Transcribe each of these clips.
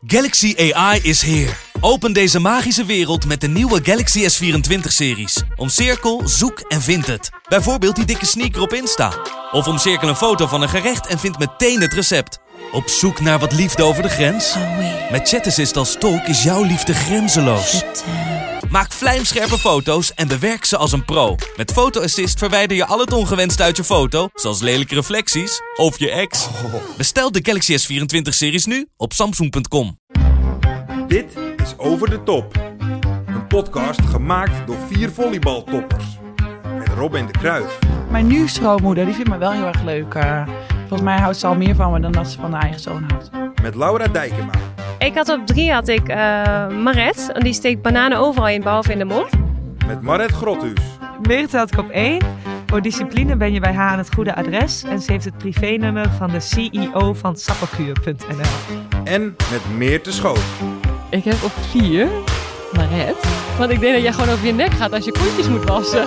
Galaxy AI is here. Open deze magische wereld met de nieuwe Galaxy S24-series. Omcirkel, zoek en vind het. Bijvoorbeeld die dikke sneaker op Insta. Of omcirkel een foto van een gerecht en vind meteen het recept. Op zoek naar wat liefde over de grens? Met Chat Assist als tolk is jouw liefde grenzeloos. Maak vlijmscherpe foto's en bewerk ze als een pro. Met Photo Assist verwijder je al het ongewenst uit je foto, zoals lelijke reflecties of je ex. Bestel de Galaxy S24-series nu op Samsung.com. Dit is Over de Top. Een podcast gemaakt door 4 volleybaltoppers. Met Robin de Kruijf. Mijn nu schoonmoeder, die vindt me wel heel erg leuk. Volgens mij houdt ze al meer van me dan dat ze van haar eigen zoon houdt. Met Laura Dijkema. Ik had op 3 Maret. En die steekt bananen overal in, behalve in de mond. Met Maret Grothuus. Meerte had ik op 1. Voor discipline ben je bij haar aan het goede adres. En ze heeft het privénummer van de CEO van sapperkuur.nl. En met Meerte Schoot. Ik heb op 4 Maret. Want ik denk dat jij gewoon over je nek gaat als je koetjes moet wassen.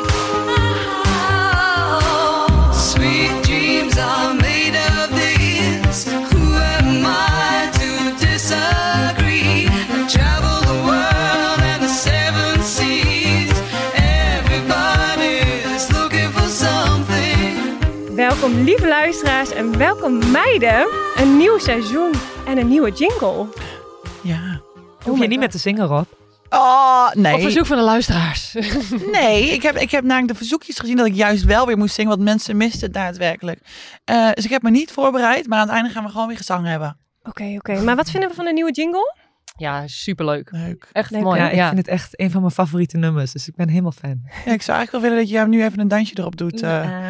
Sweet dreams are made of this. Who am I to disagree? I travel the world and the 7 seas. Everybody's looking for something. Welkom lieve luisteraars en welkom meiden. Een nieuw seizoen en een nieuwe jingle. Ja. Hoef je niet met te zingen, Rob? Oh, nee. Op verzoek van de luisteraars. Nee, ik heb namelijk de verzoekjes gezien dat ik juist wel weer moest zingen, want mensen misten het daadwerkelijk. Dus ik heb me niet voorbereid, maar aan het einde gaan we gewoon weer gezang hebben. Oké. Maar wat vinden we van de nieuwe jingle? Ja, superleuk. Leuk. Echt Leuk, mooi. Ja, ik vind het echt een van mijn favoriete nummers. Dus ik ben helemaal fan. Ja, ik zou eigenlijk wel willen dat jij nu even een dansje erop doet.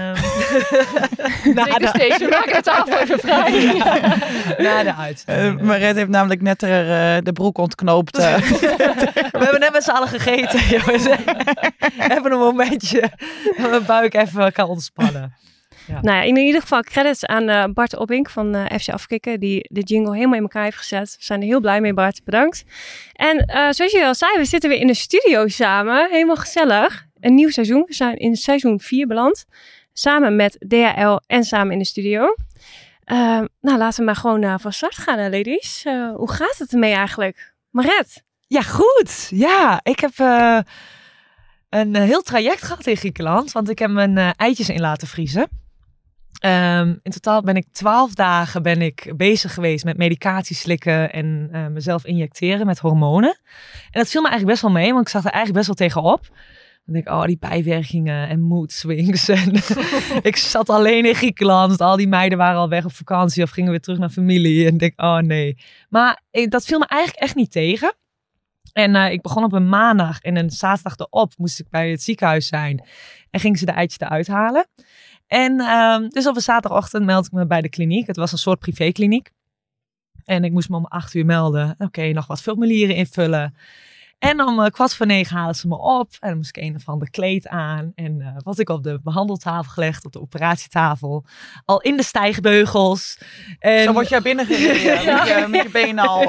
Take the stage, we maken de tafel even vrij. Na de uitzending. Maret heeft namelijk net de broek ontknoopt. We hebben net met z'n allen gegeten, jongens. Even een momentje dat mijn buik even kan ontspannen. Ja. Nou ja, in ieder geval credits aan Bart Obbink van FC Afkikken, die de jingle helemaal in elkaar heeft gezet. We zijn er heel blij mee, Bart. Bedankt. En zoals jullie al zeiden, we zitten weer in de studio samen. Helemaal gezellig. Een nieuw seizoen. We zijn in seizoen 4 beland. Samen met DHL en samen in de studio. Laten we maar gewoon van start gaan, ladies. Hoe gaat het ermee eigenlijk? Maret? Ja, goed. Ja, ik heb een heel traject gehad in Griekenland. Want ik heb mijn eitjes in laten vriezen. In totaal ben ik 12 dagen bezig geweest met medicatie slikken en mezelf injecteren met hormonen. En dat viel me eigenlijk best wel mee, want ik zat er eigenlijk best wel tegenop. Dan denk ik, die bijwerkingen en mood swings. En ik zat alleen in Griekenland. Al die meiden waren al weg op vakantie of gingen weer terug naar familie. En ik denk, nee. Maar dat viel me eigenlijk echt niet tegen. En ik begon op een maandag en een zaterdag erop moest ik bij het ziekenhuis zijn. En gingen ze de eitjes eruit halen. En dus op een zaterdagochtend meldde ik me bij de kliniek. Het was een soort privékliniek. En ik moest me om 8 uur melden. Oké, nog wat formulieren invullen. En om 8:45 haalden ze me op. En dan moest ik een of ander kleed aan. En was ik op de behandeltafel gelegd, op de operatietafel. Al in de stijgbeugels. En Zo word jij binnengereden met je benen al.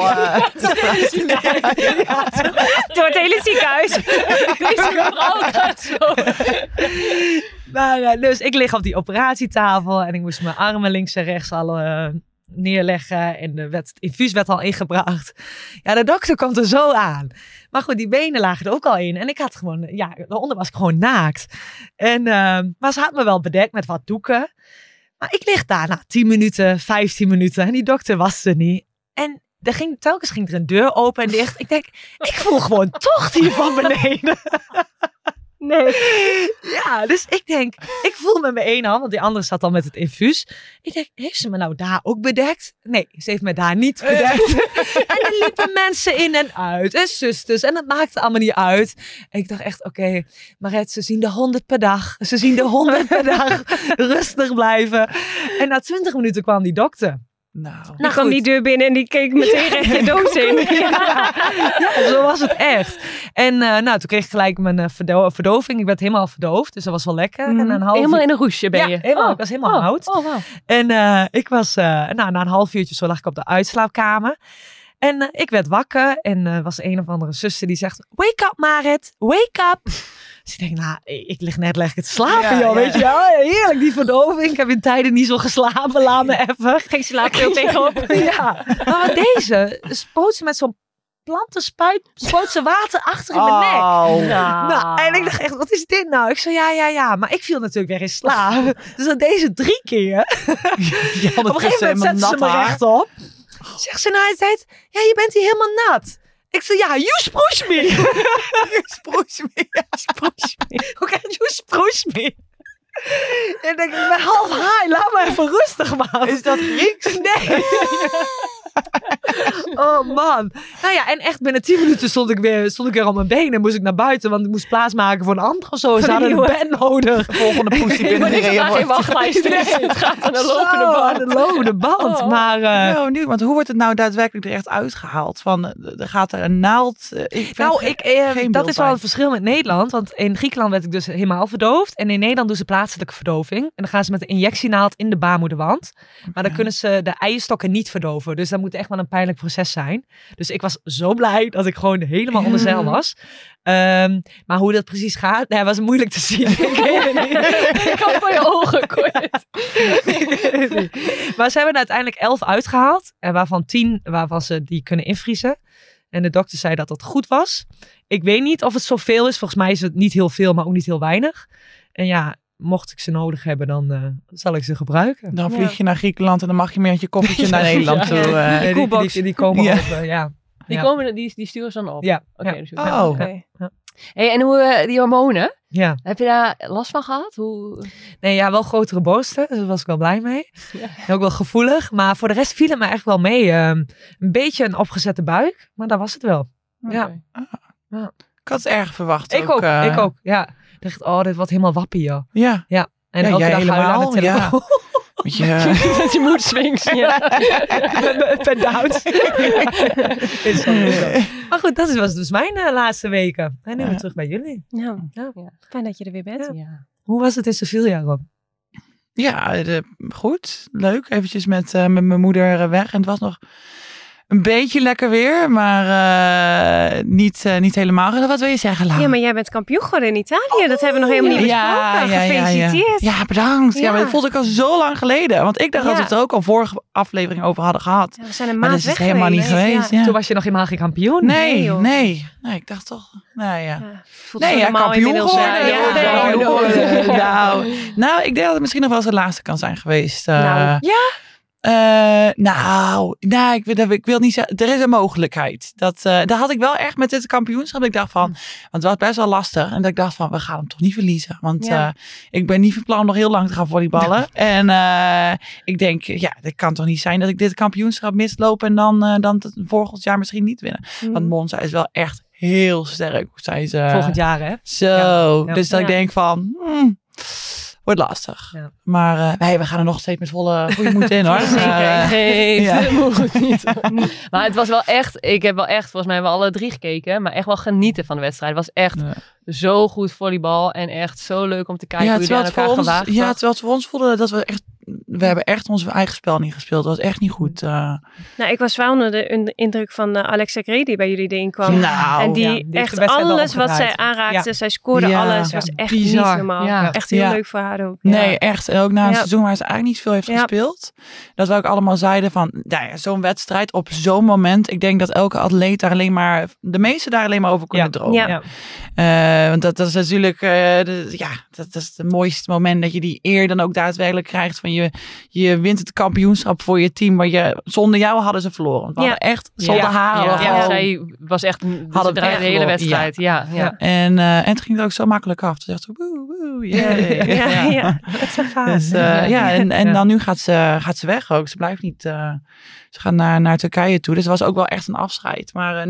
Door het hele ziekenhuis. Maar, dus ik lig op die operatietafel. En ik moest mijn armen links en rechts al neerleggen. En het infuus werd al ingebracht. Ja, de dokter komt er zo aan. Maar goed, die benen lagen er ook al in. En ik had gewoon, daaronder was ik gewoon naakt. En, maar ze had me wel bedekt met wat doeken. Maar ik lig daar 10 minuten, 15 minuten. En die dokter was er niet. En telkens ging er een deur open en dicht. Ik denk, ik voel gewoon tocht hier van beneden. Nee. Ja, dus ik denk, ik voel met mijn ene hand, want die andere zat al met het infuus. Ik denk, heeft ze me nou daar ook bedekt? Nee, ze heeft me daar niet bedekt. En er liepen mensen in en uit, en zusters, en dat maakte allemaal niet uit. En ik dacht echt, oké, Maret, ze zien de 100 per dag. Ze zien de 100 per dag. Rustig blijven. En na 20 minuten kwam die dokter. Nou kwam die deur binnen en die keek meteen recht je doos in. Ja, zo was het echt. En toen kreeg ik gelijk mijn verdoving. Ik werd helemaal verdoofd, dus dat was wel lekker. En Helemaal in een roesje ben je. Ja, helemaal, ik was helemaal oud. Oh, wow. En ik was, na een half uurtje zo lag ik op de uitslaapkamer. En ik werd wakker en was een of andere zuster die zegt, wake up Marit, wake up. Dus ik denk, nou, ik lig net lekker te slapen, joh, weet je wel. Heerlijk, die verdoving. Ik heb in tijden niet zo geslapen, laat me even. Geen slaappil tegenop. Ja, maar wat deze, spoot ze met zo'n plantenspuit, spoot ze water achter in mijn nek. Nou, en ik dacht echt, wat is dit nou? Ik zei, ja. Maar ik viel natuurlijk weer in slaap. Dus dat deze 3 keer. Op een gegeven moment zette ze me rechtop. Zegt ze na de tijd, ja, je bent hier helemaal nat. Ik zei, ja, you spruce me. You spruce me. Ja, spruce me. Hoe kan you spruce me? En ik denk, ik ben half haai, laat me even rustig, man. Is dat Grieks? Nee. Oh man. Nou ja, en echt binnen 10 minuten stond ik weer op mijn benen en moest ik naar buiten, want ik moest plaatsmaken voor een ander of zo. Ze hadden een band nodig. De volgende poesie binnen de Vandaag geen wachtlijst. Het gaat aan de lopende band. Aan de lopende band. Oh. Maar Nou, nu, want hoe wordt het nou daadwerkelijk er echt uitgehaald? Er gaat er een naald... geen dat beeld is wel bij. het verschil met Nederland. Want in Griekenland werd ik dus helemaal verdoofd. En in Nederland doen ze plaatselijke verdoving. En dan gaan ze met een injectienaald in de baarmoederwand. Maar dan kunnen ze de eierstokken niet verdoven. Dus dat moet echt wel een pijnlijk proces zijn. Dus ik was zo blij dat ik gewoon helemaal onder zeil was. Maar hoe dat precies gaat, was moeilijk te zien. Ik weet het niet. Ik had van je ogen kort. Maar ze hebben er uiteindelijk 11 uitgehaald. En waarvan 10 waarvan ze die kunnen invriezen. En de dokter zei dat dat goed was. Ik weet niet of het zoveel is. Volgens mij is het niet heel veel, maar ook niet heel weinig. En ja, mocht ik ze nodig hebben, dan zal ik ze gebruiken. Dan vlieg je naar Griekenland en dan mag je meer met je koffertje naar Nederland toe. Die komen Ja. op, Die sturen ze dan op. Ja. Oké, Ja. dus Oh. oké. Hey, en hoe die hormonen? Ja. Heb je daar last van gehad? Hoe... Nee, ja, wel grotere borsten. Dus daar was ik wel blij mee. Ja. En ook wel gevoelig. Maar voor de rest viel het me echt wel mee. Een beetje een opgezette buik. Maar dat was het wel. Ja. Ik had het erg verwacht. Ik ook. Ja. Ik dacht, dit wordt helemaal wappie, joh. Ja. Ja. En Ja, elke jij dag huilen aan de helemaal, telefoon. Met je... Met je mood swings. Ja. Ben down. Is zo goed. Maar goed, dat was dus mijn laatste weken. En nu weer terug bij jullie. Nou, Ja. fijn dat je er weer bent. Ja. Hoe was het in Sevilla, Rob? Ja, goed. Leuk. Eventjes met mijn moeder weg. En het was nog een beetje lekker weer, maar niet helemaal. Wat wil je zeggen, Lau? Ja, maar jij bent kampioen geworden in Italië. Dat hebben we nog helemaal niet besproken. Gefeliciteerd. Ja, bedankt. Ja, maar dat voelde ik al zo lang geleden. Want ik dacht dat we het er ook al vorige aflevering over hadden gehad. Ja, we zijn een Maar maand dat is weg het helemaal niet geweest. Ja. Toen was je nog helemaal geen kampioen. Nee, joh. Nee, ik dacht toch. Nou ja. Ja, het voelt Nee, zo ja, normaal kampioen inmiddels. geworden. Ja, Ja, ja. kampioen geworden. Nou, ik denk dat het misschien nog wel eens de laatste kan zijn geweest. Ik wil niet zeggen, er is een mogelijkheid. Dat had ik wel echt met dit kampioenschap. Ik dacht van, want het was best wel lastig. En dat ik dacht van, we gaan hem toch niet verliezen. Want ik ben niet van plan om nog heel lang te gaan volleyballen. En ik denk, dit kan toch niet zijn dat ik dit kampioenschap misloop en dan het volgend jaar misschien niet winnen. Want Monza is wel echt heel sterk. Zijn ze, Volgend jaar, hè? Zo. Ja. Dus dat ik denk van, wordt lastig. Ja. Maar we gaan er nog steeds met volle goede moed in, hoor. Geen ja. moet niet. Maar het was wel echt, ik heb wel echt, volgens mij hebben we alle 3 gekeken, maar echt wel genieten van de wedstrijd. Het was echt zo goed volleybal en echt zo leuk om te kijken hoe jullie aan elkaar gewaagd was. Ja, terwijl het voor ons voelde dat we hebben echt ons eigen spel niet gespeeld. Dat was echt niet goed. Nou, ik was wel onder de indruk van Alexa Gray die bij jullie erin kwam. Nou, en die heeft de echt wedstrijd wel alles wat omgedraaid. zij aanraakte, Ja. zij scoorde Ja. alles. Ja. Was echt Bizar. niet normaal. Ja. Echt heel Ja. leuk voor haar ook. Nee, echt. En ook na een seizoen waar ze eigenlijk niet veel heeft Ja. gespeeld. Dat we ook allemaal zeiden van, zo'n wedstrijd op zo'n moment. Ik denk dat elke atleet daar de meeste daar alleen maar over kunnen dromen. Ja. Want dat is natuurlijk, dat is het mooiste moment dat je die eer dan ook daadwerkelijk krijgt. Van je wint het kampioenschap voor je team. Maar zonder jou hadden ze verloren. Want we hadden echt, zonder haar hadden we Ja, gewoon... zij was echt, Hadden ze draaide echt de hele wel, wedstrijd. Ja. En het ging er ook zo makkelijk af. Ze zegt zo, woe, woe, yeah. Ja. Dat is ervaren. Dus, en dan nu gaat ze weg ook. Ze blijft niet... ze gaat naar Turkije toe. Dus het was ook wel echt een afscheid. Maar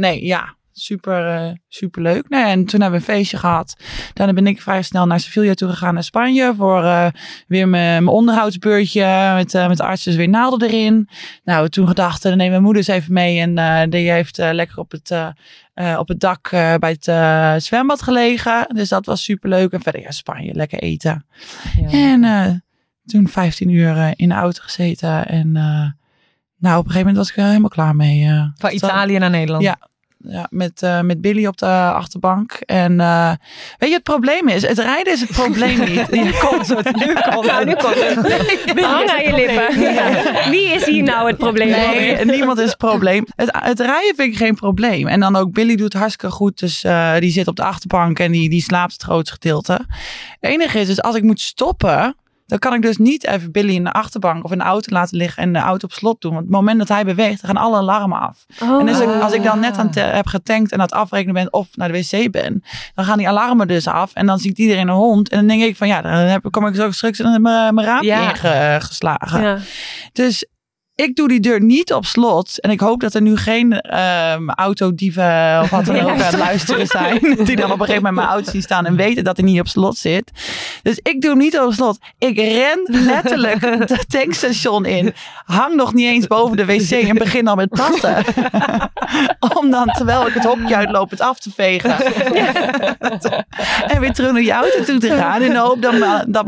super leuk. Nee, en toen hebben we een feestje gehad. Daarna ben ik vrij snel naar Sevilla toe gegaan, naar Spanje. Voor weer mijn onderhoudsbeurtje. Met de artsen weer naalden erin. Nou, toen gedacht, dan nemen mijn moeders even mee. En die heeft lekker op het dak bij het zwembad gelegen. Dus dat was super leuk. En verder, Spanje, lekker eten. Ja. En toen 15 uur in de auto gezeten. En Nou, op een gegeven moment was ik er helemaal klaar mee. Van Italië naar Nederland. Ja, met Billy op de achterbank. En weet je, het probleem is, het rijden is het probleem niet. Nu komt het. Nu komt het. Hang aan je lippen. Ja. Wie is hier nou het probleem? Nee, niemand is het probleem. Het rijden vind ik geen probleem. En dan ook Billy doet hartstikke goed. Dus die zit op de achterbank en die slaapt het grootste gedeelte. Het enige is, dus als ik moet stoppen, dan kan ik dus niet even Billy in de achterbank of in de auto laten liggen en de auto op slot doen. Want op het moment dat hij beweegt, dan gaan alle alarmen af. En dus als ik dan net heb getankt en aan het afrekenen ben of naar de wc ben, dan gaan die alarmen dus af. En dan ziet iedereen een hond. En dan denk ik van ja, dan kom ik zo straks mijn raampje ingeslagen. Ja. Dus ik doe die deur niet op slot. En ik hoop dat er nu geen autodieven of wat dan ook aan het luisteren zijn. Die dan op een gegeven moment mijn auto zien staan en weten dat hij niet op slot zit. Dus ik doe hem niet op slot. Ik ren letterlijk het tankstation in. Hang nog niet eens boven de wc en begin al met plassen. Om dan, terwijl ik het hokje uitloop, het af te vegen. En weer terug naar die auto toe te gaan. In de hoop dat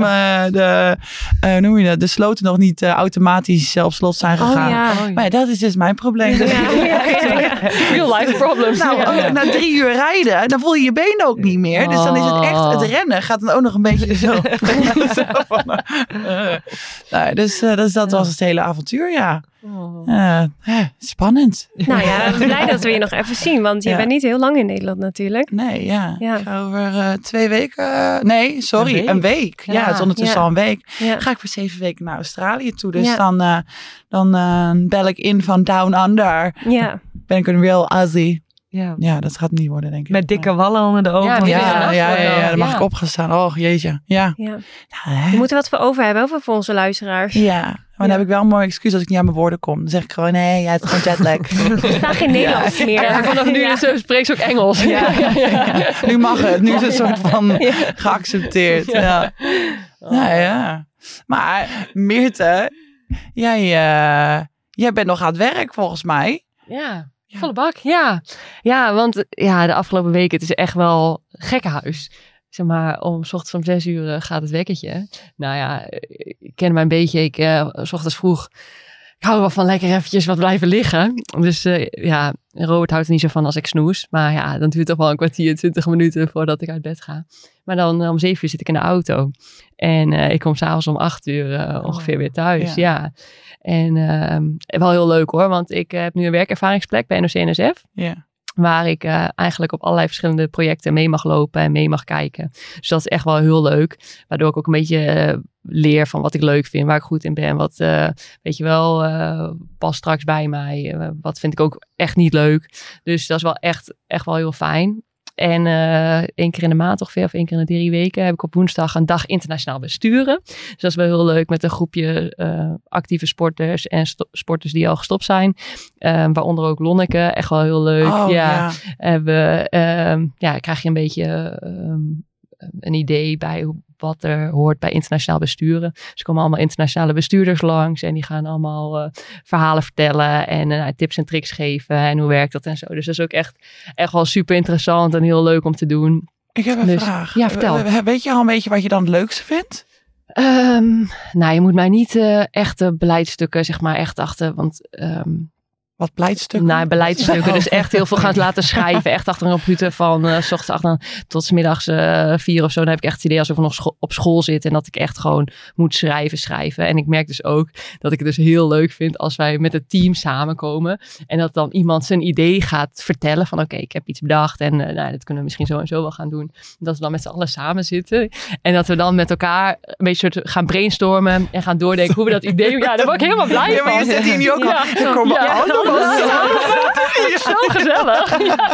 de sloten nog niet automatisch op slot zijn gegaan. Maar ja, dat is dus mijn probleem. Real life problems. Nou, na 3 uur rijden, dan voel je je benen ook niet meer. Dus dan is het echt, het rennen gaat dan ook nog een beetje zo. Dus dat was het hele avontuur, ja. Spannend. Nou ja, ik ben blij dat we je nog even zien. Want je bent niet heel lang in Nederland natuurlijk. Nee, ja. Ik ga over 2 weken... nee, sorry, een week. Ja, het is ondertussen al een week. Ga ik voor 7 weken naar Australië toe. Dus dan bel ik in van Down Under. Ja. Ben ik een real Aussie. Ja, dat gaat niet worden, denk ik. Met dikke wallen onder de ogen. Ja, dan mag ik op gaan staan. Oh, jeetje. Ja. We moeten wat voor over hebben, over voor onze luisteraars. Ja, maar dan heb ik wel een mooi excuus als ik niet aan mijn woorden kom. Dan zeg ik gewoon, nee, jij hebt gewoon jetlag. Er staat geen Nederlands meer. Ja, vanaf nu spreekt ze ook Engels. Ja. Nu mag het. Nu is het een soort van geaccepteerd. Ja. Nou ja. Maar Meerte, jij bent nog aan het werk volgens mij. Ja. Volle bak, ja. Want de afgelopen weken, het is echt wel gekkenhuis. Zeg maar, om 's ochtends om 6 uur gaat het wekkertje. Nou ja, ik ken mij een beetje. 's ochtends vroeg, ik hou er wel van lekker eventjes wat blijven liggen. Dus Robert houdt er niet zo van als ik snoes. Maar ja, dan duurt het toch wel een kwartier, 20 minuten voordat ik uit bed ga. Maar dan om 7 uur zit ik in de auto. En ik kom s'avonds om 8 uur ongeveer weer thuis, ja. En wel heel leuk hoor, want ik heb nu een werkervaringsplek bij NOC-NSF. Ja. Waar ik eigenlijk op allerlei verschillende projecten mee mag lopen en mee mag kijken. Dus dat is echt wel heel leuk. Waardoor ik ook een beetje leer van wat ik leuk vind, waar ik goed in ben. Wat, past straks bij mij. Wat vind ik ook echt niet leuk. Dus dat is wel echt wel heel fijn. En 1 keer in de maand ongeveer, of 1 keer in de 3 weken, heb ik op woensdag een dag internationaal besturen. Dus dat is wel heel leuk met een groepje actieve sporters en sporters die al gestopt zijn. Waaronder ook Lonneke, echt wel heel leuk. Krijg je een beetje een idee bij wat er hoort bij internationaal besturen. Dus er komen allemaal internationale bestuurders langs en die gaan allemaal verhalen vertellen en tips en tricks geven en hoe werkt dat en zo. Dus dat is ook echt wel super interessant en heel leuk om te doen. Ik heb een vraag. Ja, vertel. Weet je al een beetje wat je dan het leukste vindt? Je moet mij niet echte beleidsstukken zeg maar echt achter, want... Wat beleidsstukken? Nou, beleidsstukken. Dus echt heel veel gaan laten schrijven. Echt achter een computer van 's ochtends 8 tot 's middags 4 of zo. Dan heb ik echt het idee alsof ik nog op school zit. En dat ik echt gewoon moet schrijven. En ik merk dus ook dat ik het dus heel leuk vind als wij met het team samenkomen. En dat dan iemand zijn idee gaat vertellen. Van oké, ik heb iets bedacht. En dat kunnen we misschien zo en zo wel gaan doen. Dat we dan met z'n allen samen zitten. En dat we dan met elkaar een beetje gaan brainstormen. En gaan doordenken hoe we dat idee... Ja, daar word ik helemaal blij van. Maar je zit hier nu ook al... Zo gezellig.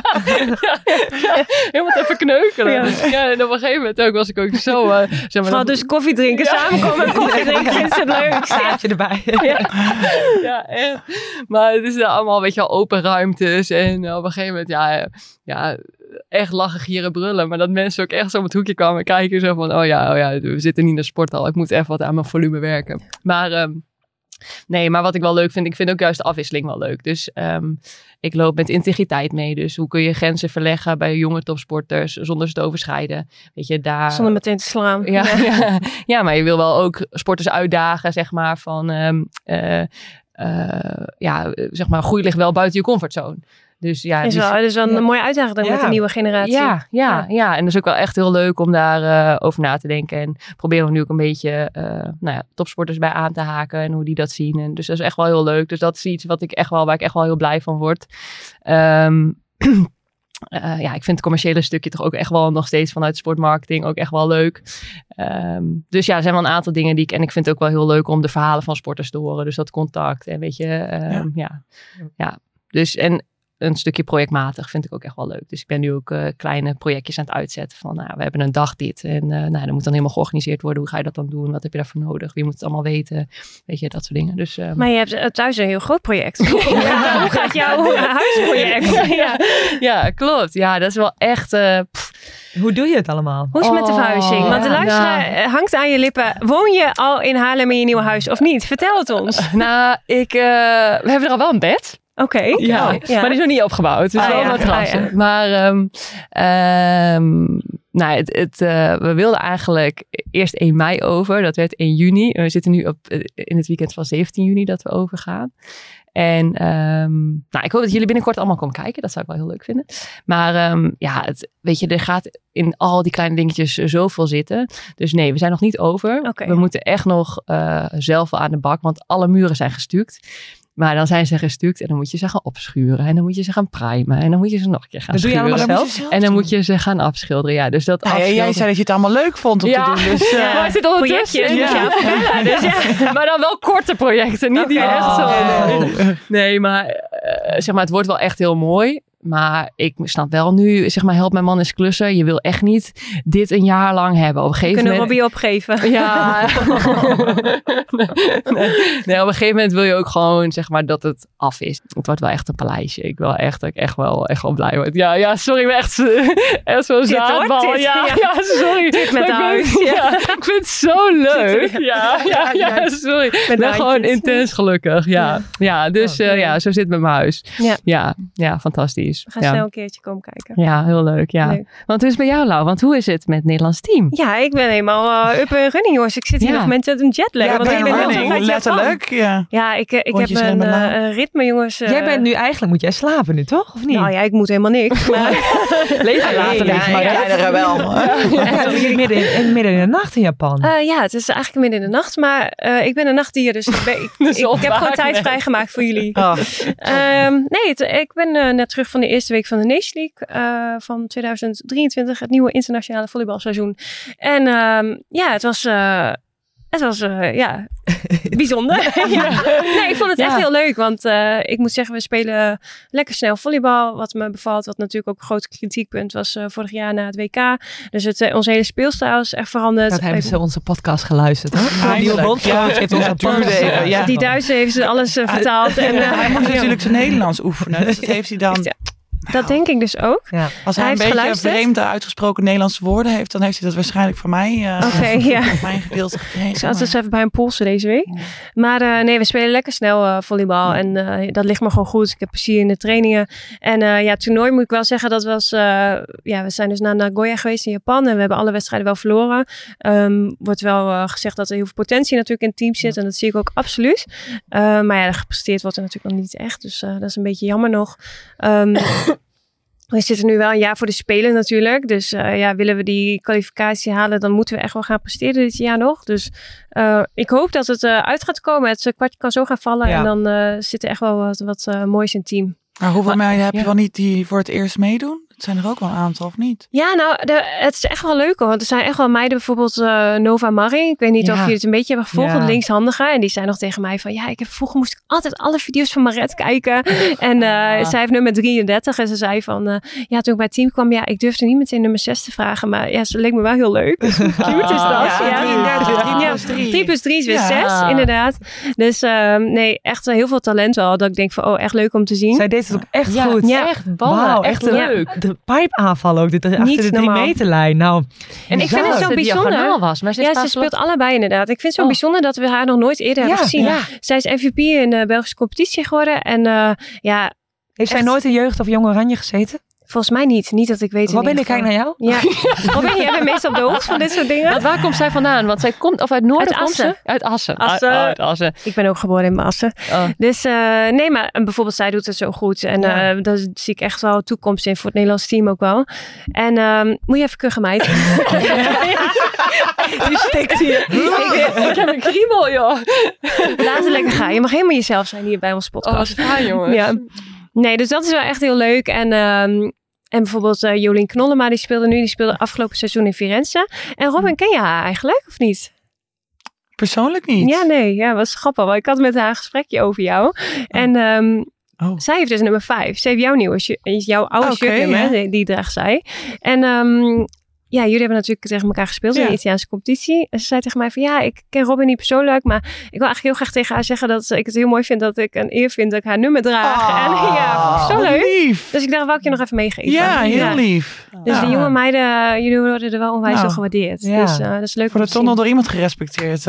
Helemaal te even kneukelen. Ja, en op een gegeven moment ook was ik ook zo... dus koffie drinken, samenkomen en koffie drinken. Vind je het leuk? Staartje erbij. Ja, echt. Maar het is allemaal een beetje open ruimtes. En op een gegeven moment, echt lachen, gieren, brullen. Maar dat mensen ook echt zo op het hoekje kwamen kijken. Zo van, we zitten niet in de sporthal. Ik moet even wat aan mijn volume werken. Maar... maar wat ik wel leuk vind, ik vind ook juist de afwisseling wel leuk. Dus ik loop met integriteit mee. Dus hoe kun je grenzen verleggen bij jonge topsporters zonder ze te overschrijden? Weet je, daar... Zonder meteen te slaan. Ja, maar je wil wel ook sporters uitdagen, zeg maar, van zeg maar, groei ligt wel buiten je comfortzone. Dus ja, Is wel een mooie uitdaging dan met de nieuwe generatie. Ja. En dat is ook wel echt heel leuk om daar over na te denken. En proberen we nu ook een beetje topsporters bij aan te haken en hoe die dat zien. En dus dat is echt wel heel leuk. Dus dat is iets waar ik echt wel heel blij van word. Ik vind het commerciële stukje toch ook echt wel nog steeds vanuit sportmarketing ook echt wel leuk. Dus ja, er zijn wel een aantal dingen en ik vind het ook wel heel leuk om de verhalen van sporters te horen. Dus dat contact en weet je, Dus en een stukje projectmatig vind ik ook echt wel leuk. Dus ik ben nu ook kleine projectjes aan het uitzetten van, we hebben een dag dit en dat moet dan helemaal georganiseerd worden. Hoe ga je dat dan doen? Wat heb je daarvoor nodig? Wie moet het allemaal weten? Weet je, dat soort dingen. Dus, Maar je hebt thuis een heel groot project. Hoe gaat jouw huisproject? Ja, klopt. Ja, dat is wel echt... Hoe doe je het allemaal? Hoe is het met de verhuizing? Want de luisteraar hangt aan je lippen. Woon je al in Haarlem in je nieuwe huis of niet? Vertel het ons. We hebben er al wel een bed. Oké. Ja, maar die is nog niet opgebouwd. Dus wel wat terrassen. Maar we wilden eigenlijk eerst 1 mei over. Dat werd 1 juni. We zitten nu in het weekend van 17 juni dat we overgaan. En ik hoop dat jullie binnenkort allemaal komen kijken. Dat zou ik wel heel leuk vinden. Maar er gaat in al die kleine dingetjes zoveel zitten. Dus nee, we zijn nog niet over. Okay. We moeten echt nog zelf wel aan de bak. Want alle muren zijn gestuukt. Maar dan zijn ze gestuukt en dan moet je ze gaan opschuren. En dan moet je ze gaan primen. En dan moet je ze nog een keer gaan schuren. Doe je allemaal zelf? En dan moet je ze gaan afschilderen. Ja, dus dat jij zei dat je het allemaal leuk vond om te doen. Dus, maar het zit projectjes. Maar dan wel korte projecten. Niet die echt zo... Nee, maar het wordt wel echt heel mooi. Maar ik snap wel nu, help mijn man eens klussen. Je wil echt niet dit een jaar lang hebben. Op een gegeven moment... Kunnen we Robbie opgeven? Ja. Nee, op een gegeven moment wil je ook gewoon, dat het af is. Het wordt wel echt een paleisje. Ik wil echt wel blij word. Ja, sorry, ik ben echt zo'n zaadbal. Ja, sorry. Dit met huis. Ja, ik vind het zo leuk. Ja, sorry. Ik ben gewoon intens gelukkig. Ja, dus zo zit het met mijn huis. Ja, fantastisch. We gaan snel een keertje komen kijken. Ja, heel leuk. Ja. Leuk. Want hoe is het bij jou, Lau? Want hoe is het met het Nederlands team? Ja, ik ben helemaal up and running, jongens. Ik zit hier nog met een jetlag. Ja, want ik ben running, letterlijk. Ja, ik heb een ritme, jongens. Jij bent nu eigenlijk, moet jij slapen nu, toch? Of niet? Nou ja, ik moet helemaal niks. Maar... Leven later. Ja, wel. Midden in de nacht in Japan. Het is eigenlijk midden in de nacht. Maar ik ben een nachtdier, dus ik heb gewoon tijd vrijgemaakt voor jullie. Ik ben net terug van de eerste week van de Nation League van 2023. Het nieuwe internationale volleybalseizoen. En het was bijzonder. Nee, ik vond het echt heel leuk. Want ik moet zeggen, we spelen lekker snel volleybal. Wat me bevalt, wat natuurlijk ook een groot kritiekpunt was vorig jaar na het WK. Dus onze hele speelstijl is echt veranderd. Dat hebben ze onze podcast geluisterd, hoor. Die nieuwe bondscoach heeft onze podcast. Die Duitser heeft ze alles vertaald. En hij moet natuurlijk zijn Nederlands oefenen. Dus dat heeft hij dan... Dat denk ik dus ook. Ja. Als hij een beetje vreemde uitgesproken Nederlandse woorden heeft, dan heeft hij dat waarschijnlijk van mij mijn gedeelte gekregen. Ik zat dus even bij een polsen deze week. Ja. Maar we spelen lekker snel volleybal. En dat ligt me gewoon goed. Ik heb plezier in de trainingen. En het toernooi moet ik wel zeggen, dat was... we zijn dus naar Nagoya geweest in Japan. En we hebben alle wedstrijden wel verloren. Wordt wel gezegd dat er heel veel potentie natuurlijk in het team zit. En dat zie ik ook absoluut. Maar gepresteerd wordt er natuurlijk nog niet echt. Dus dat is een beetje jammer nog. We zitten nu wel een jaar voor de Spelen natuurlijk. Dus willen we die kwalificatie halen, dan moeten we echt wel gaan presteren dit jaar nog. Dus ik hoop dat het uit gaat komen. Het kwartje kan zo gaan vallen. Ja. En dan zit er echt wel wat moois in het team. Maar hoeveel meiden heb je wel niet die voor het eerst meedoen? Het zijn er ook wel een aantal, of niet? Ja, het is echt wel leuk hoor. Want er zijn echt wel meiden, bijvoorbeeld Nova Marie. Ik weet niet of jullie het een beetje hebben gevolgd. De linkshandige. En die zei nog tegen mij van... vroeger moest ik altijd alle video's van Maret kijken. En zij heeft nummer 33. En ze zei van... toen ik bij het team kwam... ik durfde niet meteen nummer 6 te vragen. Maar ze leek me wel heel leuk. Dus hoe cute is dat? 3 plus 3 is weer 6, inderdaad. Dus echt heel veel talent wel. Dat ik denk van, echt leuk om te zien. Zij deed het ook echt goed. Ja, echt ballen. Wow, echt leuk. De pijpaanval ook, achter de 3 meterlijn. Nou, en ik vind het zo bijzonder. Was, maar ze speelt allebei inderdaad. Ik vind het zo bijzonder dat we haar nog nooit eerder hebben gezien. Ja. Zij is MVP in de Belgische competitie geworden. En heeft zij nooit in jeugd of Jong Oranje gezeten? Volgens mij niet. Niet dat ik weet. Robin, ik kijk naar jou. Ja. Robin, jij bent meestal op de hoogte van dit soort dingen. Want waar komt zij vandaan? Want zij komt, of uit Noorden Uit komt Assen. ze? Uit Assen. Assen. Uit Assen. Ik ben ook geboren in Assen. Oh. Dus nee, maar bijvoorbeeld zij doet het zo goed. En daar zie ik echt wel toekomst in voor het Nederlands team ook wel. En moet je even kuchen, meid. Die stikt hier. Ik heb een kriebel, joh. Laat het lekker gaan. Je mag helemaal jezelf zijn hier bij onze podcast. Oh, fijn, jongens. Ja. Nee, dus dat is wel echt heel leuk. En bijvoorbeeld Jolien Knollema, die speelde afgelopen seizoen in Firenze. En Robin, ken je haar eigenlijk, of niet? Persoonlijk niet. Ja, nee. Ja, was grappig. Want ik had met haar een gesprekje over jou. En zij heeft dus nummer 5. Ze heeft jouw oude shirtnummer, die draagt zij. En jullie hebben natuurlijk tegen elkaar gespeeld in de Italiaanse competitie. En ze zei tegen mij van ik ken Robin niet persoonlijk, maar ik wil eigenlijk heel graag tegen haar zeggen dat ik het heel mooi vind dat ik een eer vind dat ik haar nummer draag. En zo leuk. Lief. Dus ik dacht, wou ik je nog even meegeven. Ja, heel lief. Dus de jonge meiden, jullie worden er wel onwijs door gewaardeerd. Ja. Dus dat is leuk. Voor de toch nog door iemand gerespecteerd.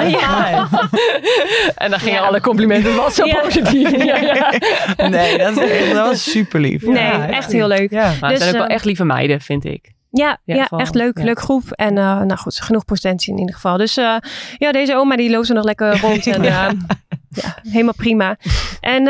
En dan gingen alle complimenten wat zo positief. Nee, dat was super lief. Nee, echt heel leuk. Ja. Maar het zijn ook wel echt lieve meiden, vind ik. Ja, gewoon, echt leuk. Leuk groep. En nou goed, genoeg potentie in ieder geval. Dus deze oma die loopt er nog lekker rond. En helemaal prima. En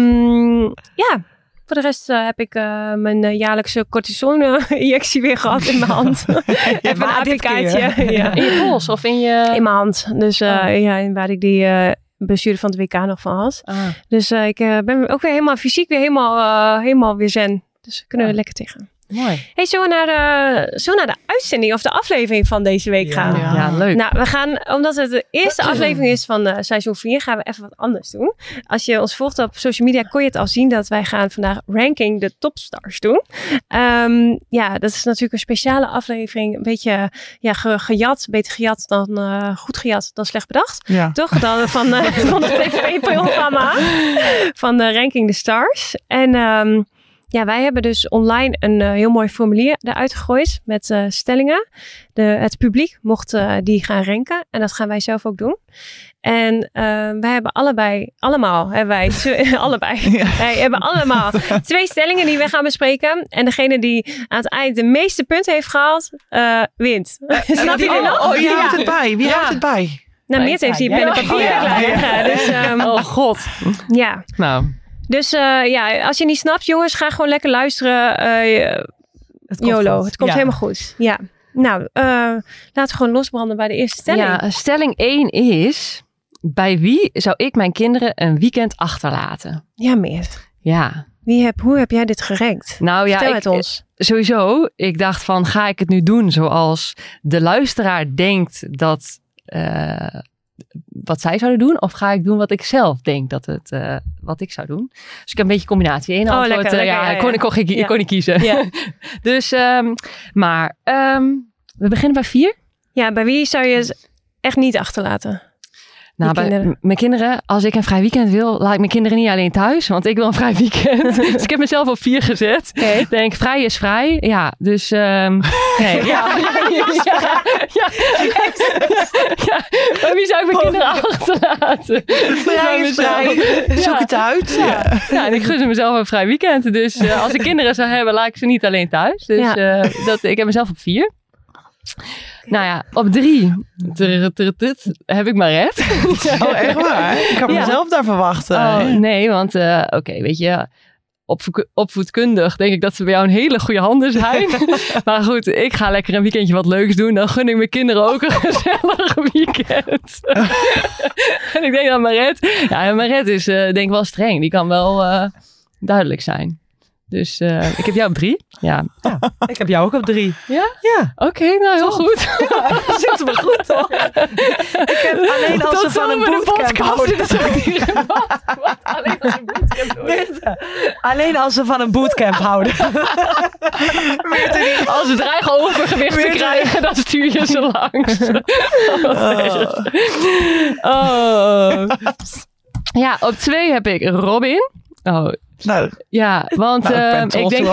voor de rest heb ik mijn jaarlijkse cortison-injectie weer gehad in mijn hand. Even een APK'tje. Ja. In je pols of in je... In mijn hand. Dus waar ik die blessure van het WK nog van had. Dus ik ben ook weer helemaal fysiek weer helemaal weer zen. Dus kunnen we lekker tegen. Mooi. Hey, zullen we naar de uitzending of de aflevering van deze week gaan? Ja, leuk. Nou, we gaan, omdat het de eerste aflevering is van seizoen 4, gaan we even wat anders doen. Als je ons volgt op social media, kon je het al zien dat wij gaan vandaag ranking de topstars doen. Dat is natuurlijk een speciale aflevering. Een beetje gejat, beter gejat dan goed gejat dan slecht bedacht. Ja. Toch? Dan van het tv-programma van ranking the stars. En wij hebben dus online een heel mooi formulier eruit gegooid met stellingen. Het publiek mocht die gaan ranken en dat gaan wij zelf ook doen. En wij hebben allemaal 2 stellingen die we gaan bespreken. En degene die aan het eind de meeste punten heeft gehaald, wint. Snap je dit nog? Wie houdt het bij? Wie houdt het bij? Nou, Meert heeft hier pen en papier klaar. Dus, oh god. Ja. Nou... Dus als je niet snapt, jongens, ga gewoon lekker luisteren. Het komt helemaal goed. Ja. Nou, laten we gewoon losbranden bij de eerste stelling. Ja, stelling 1 is... Bij wie zou ik mijn kinderen een weekend achterlaten? Ja, Meert. Ja. Hoe heb jij dit gerankt? Nou ja, vertel het ons. Sowieso, ik dacht van, ga ik het nu doen zoals de luisteraar denkt dat... wat zij zouden doen, of ga ik doen wat ik zelf denk wat ik zou doen. Dus ik heb een beetje combinatie. Eén antwoord, ik kon niet kiezen. Ja. Dus, we beginnen bij 4. Ja, bij wie zou je echt niet achterlaten? Nou, bij mijn kinderen, als ik een vrij weekend wil, laat ik mijn kinderen niet alleen thuis, want ik wil een vrij weekend. Dus ik heb mezelf op 4 gezet. Okay. Denk, vrij is vrij. Ja, dus... nee. Maar wie zou ik mijn kinderen achterlaten? Vrij is vrij. Zoek het uit. Ja, en ik gun ze mezelf een vrij weekend. Dus als ik kinderen zou hebben, laat ik ze niet alleen thuis. Dus ik heb mezelf op 4. Nou ja, op 3 heb ik Maret. Oh, echt waar? Ik had mezelf daar verwachten. Oh, nee, want weet je, opvoedkundig denk ik dat ze bij jou een hele goede handen zijn. Maar goed, ik ga lekker een weekendje wat leuks doen. Dan gun ik mijn kinderen ook een gezellig weekend. En ik denk dat Maret is denk ik wel streng. Die kan wel duidelijk zijn. Dus ik heb jou op 3. Ja. Ik heb jou ook op 3. Ja? Ja. Oké, nou heel goed. Dat zitten we goed, toch? Ik heb alleen als ze van een bootcamp houden. Alleen als ze van een bootcamp houden. Als ze dreigen overgewicht te krijgen, dan stuur je ze langs. Ja, op 2 heb ik Robin. Oh, nou, ja, want ik denk...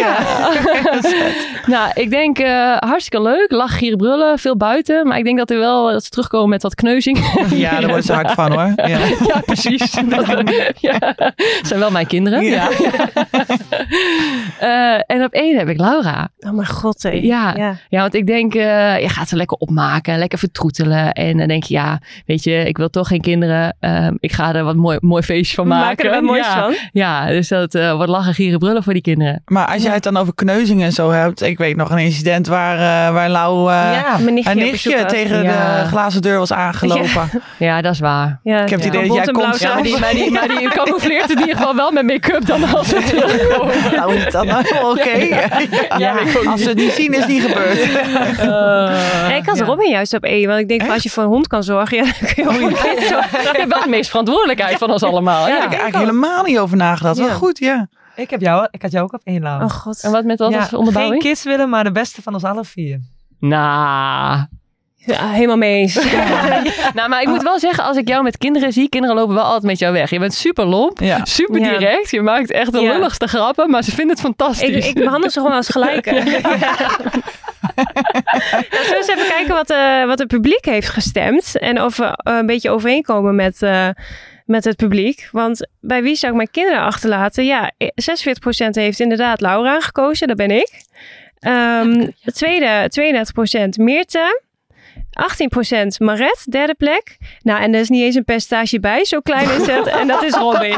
Nou, ik denk hartstikke leuk. Lach, gieren, brullen. Veel buiten. Maar ik denk dat ze terugkomen met wat kneuzing. Ja, daar wordt ze hard van hoor. Ja, precies. Dat zijn wel mijn kinderen. Ja. En En op 1 heb ik Laura. Oh mijn god, hé. Ja, want ik denk, je gaat ze lekker opmaken, lekker vertroetelen. En dan denk je, ja, weet je, ik wil toch geen kinderen. Ik ga er wat mooi feestje van maken. Maken er wat moois van. Ja, dus dat wordt lachen, gieren, brullen voor die kinderen. Maar als jij het dan over kneuzingen en zo hebt. Ik weet nog een incident waar Lau Mijn nichtje haar op nichtje bezoek had. tegen de glazen deur was aangelopen. Ja, dat is waar. Ja, Ik heb het idee dat jij komt Ja, maar die camoufleert in ieder geval wel met make-up dan als ze terugkomen. Nou, is het dan helemaal oké? Ja, als ze het niet zien, is het niet gebeurd. Ik had Robin juist op 1. Want ik denk, van, als je voor een hond kan zorgen, ja, dan kun je ook een kind zorgen. Je hebt wel de meeste verantwoordelijkheid van ons allemaal. Daar heb ik eigenlijk helemaal niet over nagedacht. Wel goed, ja. Ik had jou ook op 1, Laura. Oh god. En wat met wat als onderbouwing? Geen kids willen, maar de beste van ons alle 4. Nou... Ja, helemaal mee eens. Nou, maar ik moet wel zeggen, als ik jou met kinderen zie, kinderen lopen wel altijd met jou weg. Je bent super lomp, super Ja. direct. Je maakt echt de lulligste grappen, maar ze vinden het fantastisch. Ik behandel ze gewoon als gelijke. Nou, zullen we eens even kijken wat het publiek heeft gestemd. En of we een beetje overeenkomen met het publiek. Want bij wie zou ik mijn kinderen achterlaten? Ja, 46% heeft inderdaad Laura gekozen. Dat ben ik. De tweede, 32% Meerte. 18% Maret, derde plek. Nou, en er is niet eens een percentage bij. Zo klein is het. En dat is Robin.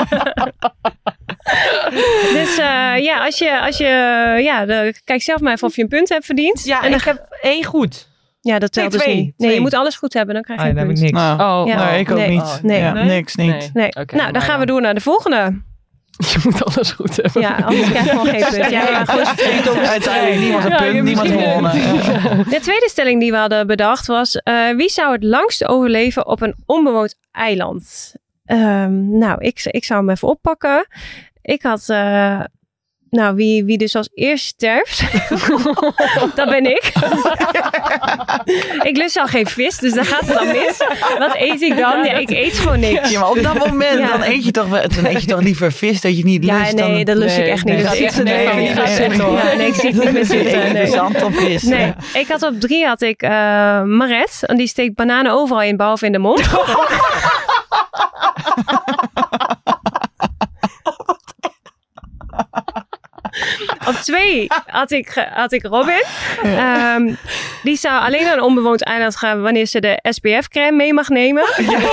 Dus kijk zelf maar even of je een punt hebt verdiend. Ja, en ik heb 1 goed. Ja, dat telt dus 2. niet. Nee, je moet alles goed hebben. Dan krijg je Dan een heb punt. ik niks. Nou, Ja. nee, ik ook Nee. niet. Nee. Ja, Nee? niks niet. Nee. Oké, Nou, dan maar gaan we ja. door naar de volgende. Je moet alles goed hebben. Ja, anders krijg je gewoon geen punt. Ja, maar goed. Uiteindelijk niemand een Ja, punt, je niemand misschien- gewonnen. De tweede stelling die we hadden bedacht was... wie zou het langst overleven op een onbewoond eiland? Nou, ik zou hem even oppakken. Ik had... wie dus als eerst sterft, dat ben ik. Ik lust al geen vis, dus daar gaat het dan mis. Wat eet ik dan? Ja, ik eet gewoon niks. Ja, maar op dat moment Ja. dan eet je toch liever vis dat je niet Ja, lust. nee, dat lust ik echt niet. nee, Dus dat ik is zit echt- er nee, niet nee, van. nee, nee, nee. Ja, nee, ik zit niet met zitten. Nee. Zand op vis. Nee, ik had op 3 had ik Maret. En die steekt bananen overal in, behalve in de mond. Op 2 had ik Robin. Die zou alleen naar een onbewoond eiland gaan wanneer ze de SPF-crème mee mag nemen.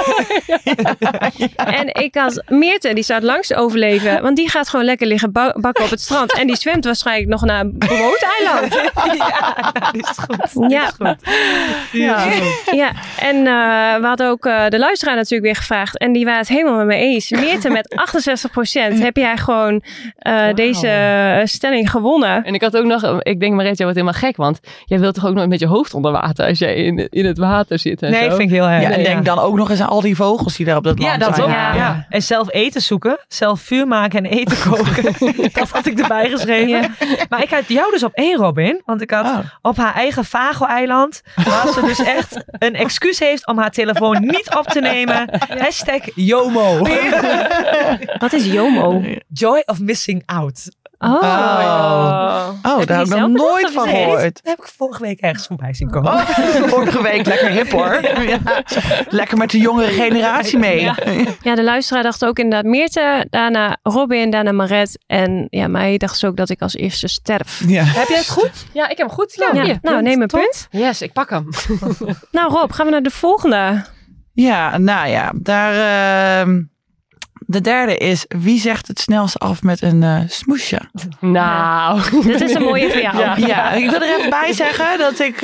En ik had Meerte, die zou het langst overleven. Want die gaat gewoon lekker liggen bakken op het strand. En die zwemt waarschijnlijk nog naar een bewoond eiland. Dat is goed. Ja. Ja, en we hadden ook de luisteraar natuurlijk weer gevraagd. En die waren het helemaal met me eens. Meerte met 68% heb jij gewoon deze stelling gewonnen. En ik had ook nog, ik denk Maret, jij wordt helemaal gek, want jij wilt toch ook nooit met je hoofd onder water als jij in het water zit en Nee, zo? vind ik heel erg. Ja, en denk dan ook nog eens aan al die vogels die daar op dat Ja, land dat zijn. ook. Ja. Ja. En zelf eten zoeken, zelf vuur maken en eten koken. Dat had ik erbij geschreven. Ja. Maar ik had jou dus op 1, Robin. Want ik had op haar eigen Vago-eiland, waar ze dus echt een excuus heeft om haar telefoon niet op te nemen. #Jomo. Wat is JOMO? Joy of missing out. Oh. Oh, daar heb ik nog nooit van gehoord. Dat heb ik vorige week ergens voorbij zien komen. Oh, vorige week lekker hip hoor. Ja. Lekker met de jongere generatie mee. Ja, de luisteraar dacht ook inderdaad Meerte, daarna Robin, daarna Maret. En ja, mij dacht ze ook dat ik als eerste sterf. Ja. Heb jij het goed? Ja, ik heb hem goed. Ja, hier. nou, neem een punt. Yes, ik pak hem. Nou Rob, gaan we naar de volgende. Ja, nou ja, daar... de derde is, wie zegt het snelst af met een smoesje? Nou. Dit is een mooie voor jou. Ja. Ja, ik wil er even bij zeggen dat ik...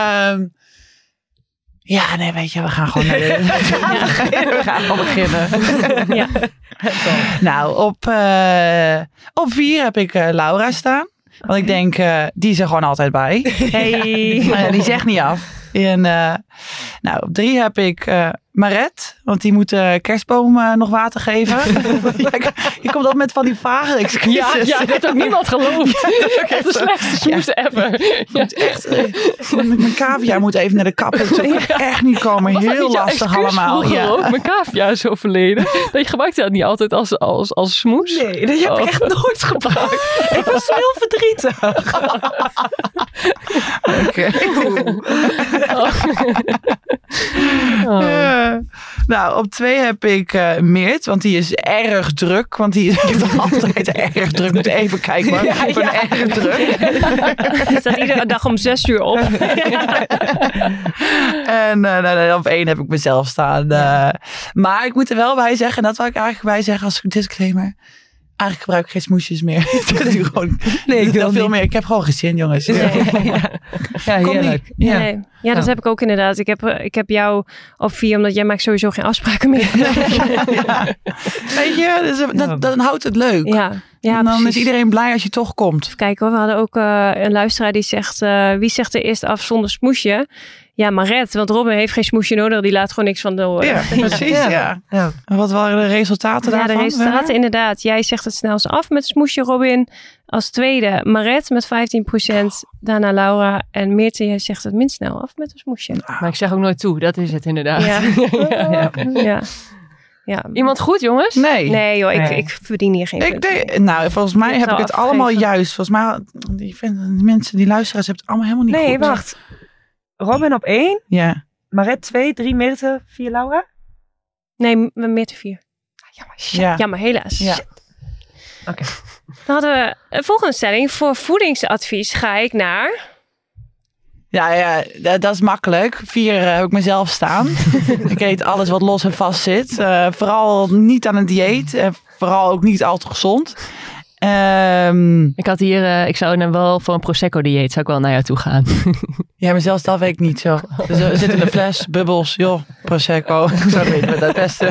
ja, nee, weet je, we gaan gewoon naar de... we gaan gewoon beginnen. Ja. Nou, op 4 heb ik Laura staan. Want ik denk, die is er gewoon altijd bij. Hey. Die zegt niet af. En, nou, op 3 heb ik Maret. Want die moet de kerstboom nog water geven. Je komt altijd met van die vage excuses. Ja, dat ook niemand gelooft. Echt de slechtste smoes ever. Mijn cavia moet even naar de kapper. Dat kan echt niet komen. Was dat Heel niet jouw lastig excuus allemaal. vroeger Ja. ook? Mijn cavia is overleden. Dat je gebruikt dat niet altijd als smoes? Nee, dat heb ik echt nooit gebruikt. Ik was heel verdrietig. Oké. Nou, op 2 heb ik Meert, want die is erg druk. Want die is echt altijd erg druk. Moet even kijken hoor. Ik ben erg druk. Je staat iedere dag om 6 uur op. En op 1 heb ik mezelf staan. Maar ik moet er wel bij zeggen, en dat wil ik eigenlijk bij zeggen als disclaimer. Eigenlijk gebruik ik geen smoesjes meer. Dat is gewoon, ik wil veel niet. meer. Ik heb gewoon geen zin, jongens. Ja, heerlijk. Ja. Nee. Ja, dat heb ik ook inderdaad. Ik heb jou op 4, omdat jij maakt sowieso geen afspraken meer. Weet je, dus dan houdt het leuk. Ja, en dan precies. is iedereen blij als je toch komt. Even kijken hoor, we hadden ook een luisteraar die zegt... wie zegt er eerst af zonder smoesje? Ja, Maret, want Robin heeft geen smoesje nodig. Die laat gewoon niks van door. Ja, precies. Ja. Ja. En wat waren de resultaten Ja, daarvan? de resultaten inderdaad. Jij zegt het snelst af met smoesje, Robin. Als tweede Maret met 15%. Daarna Laura. En Meerte, jij zegt het minst snel af met een smoesje. Maar ik zeg ook nooit toe, dat is het inderdaad. Ja. Ja. Ja. Iemand goed, jongens? Nee. Nee joh, Nee. ik verdien hier geen punten. Nou, volgens mij Ik heb ik zou het allemaal afgeven. juist. Volgens mij, die mensen, die luisteraars, hebben het allemaal helemaal niet Nee, goed. wacht. Robin op 1, Ja. Maret 2, 3, Meerte, 4, Laura. Nee, Meerte 4. Ja. Jammer, helaas. Ja. Oké. Dan hadden we een volgende stelling. Voor voedingsadvies ga ik naar... Ja, dat is makkelijk. 4 heb ik mezelf staan. Ik eet alles wat los en vast zit. Vooral niet aan een dieet. En vooral ook niet al te gezond. Ik had hier, ik zou dan wel voor een Prosecco-dieet, zou ik wel naar jou toe gaan. Ja, maar zelfs dat weet ik niet zo. Dus er zit in de fles, bubbels, joh, Prosecco. Ik zou weten wat het beste.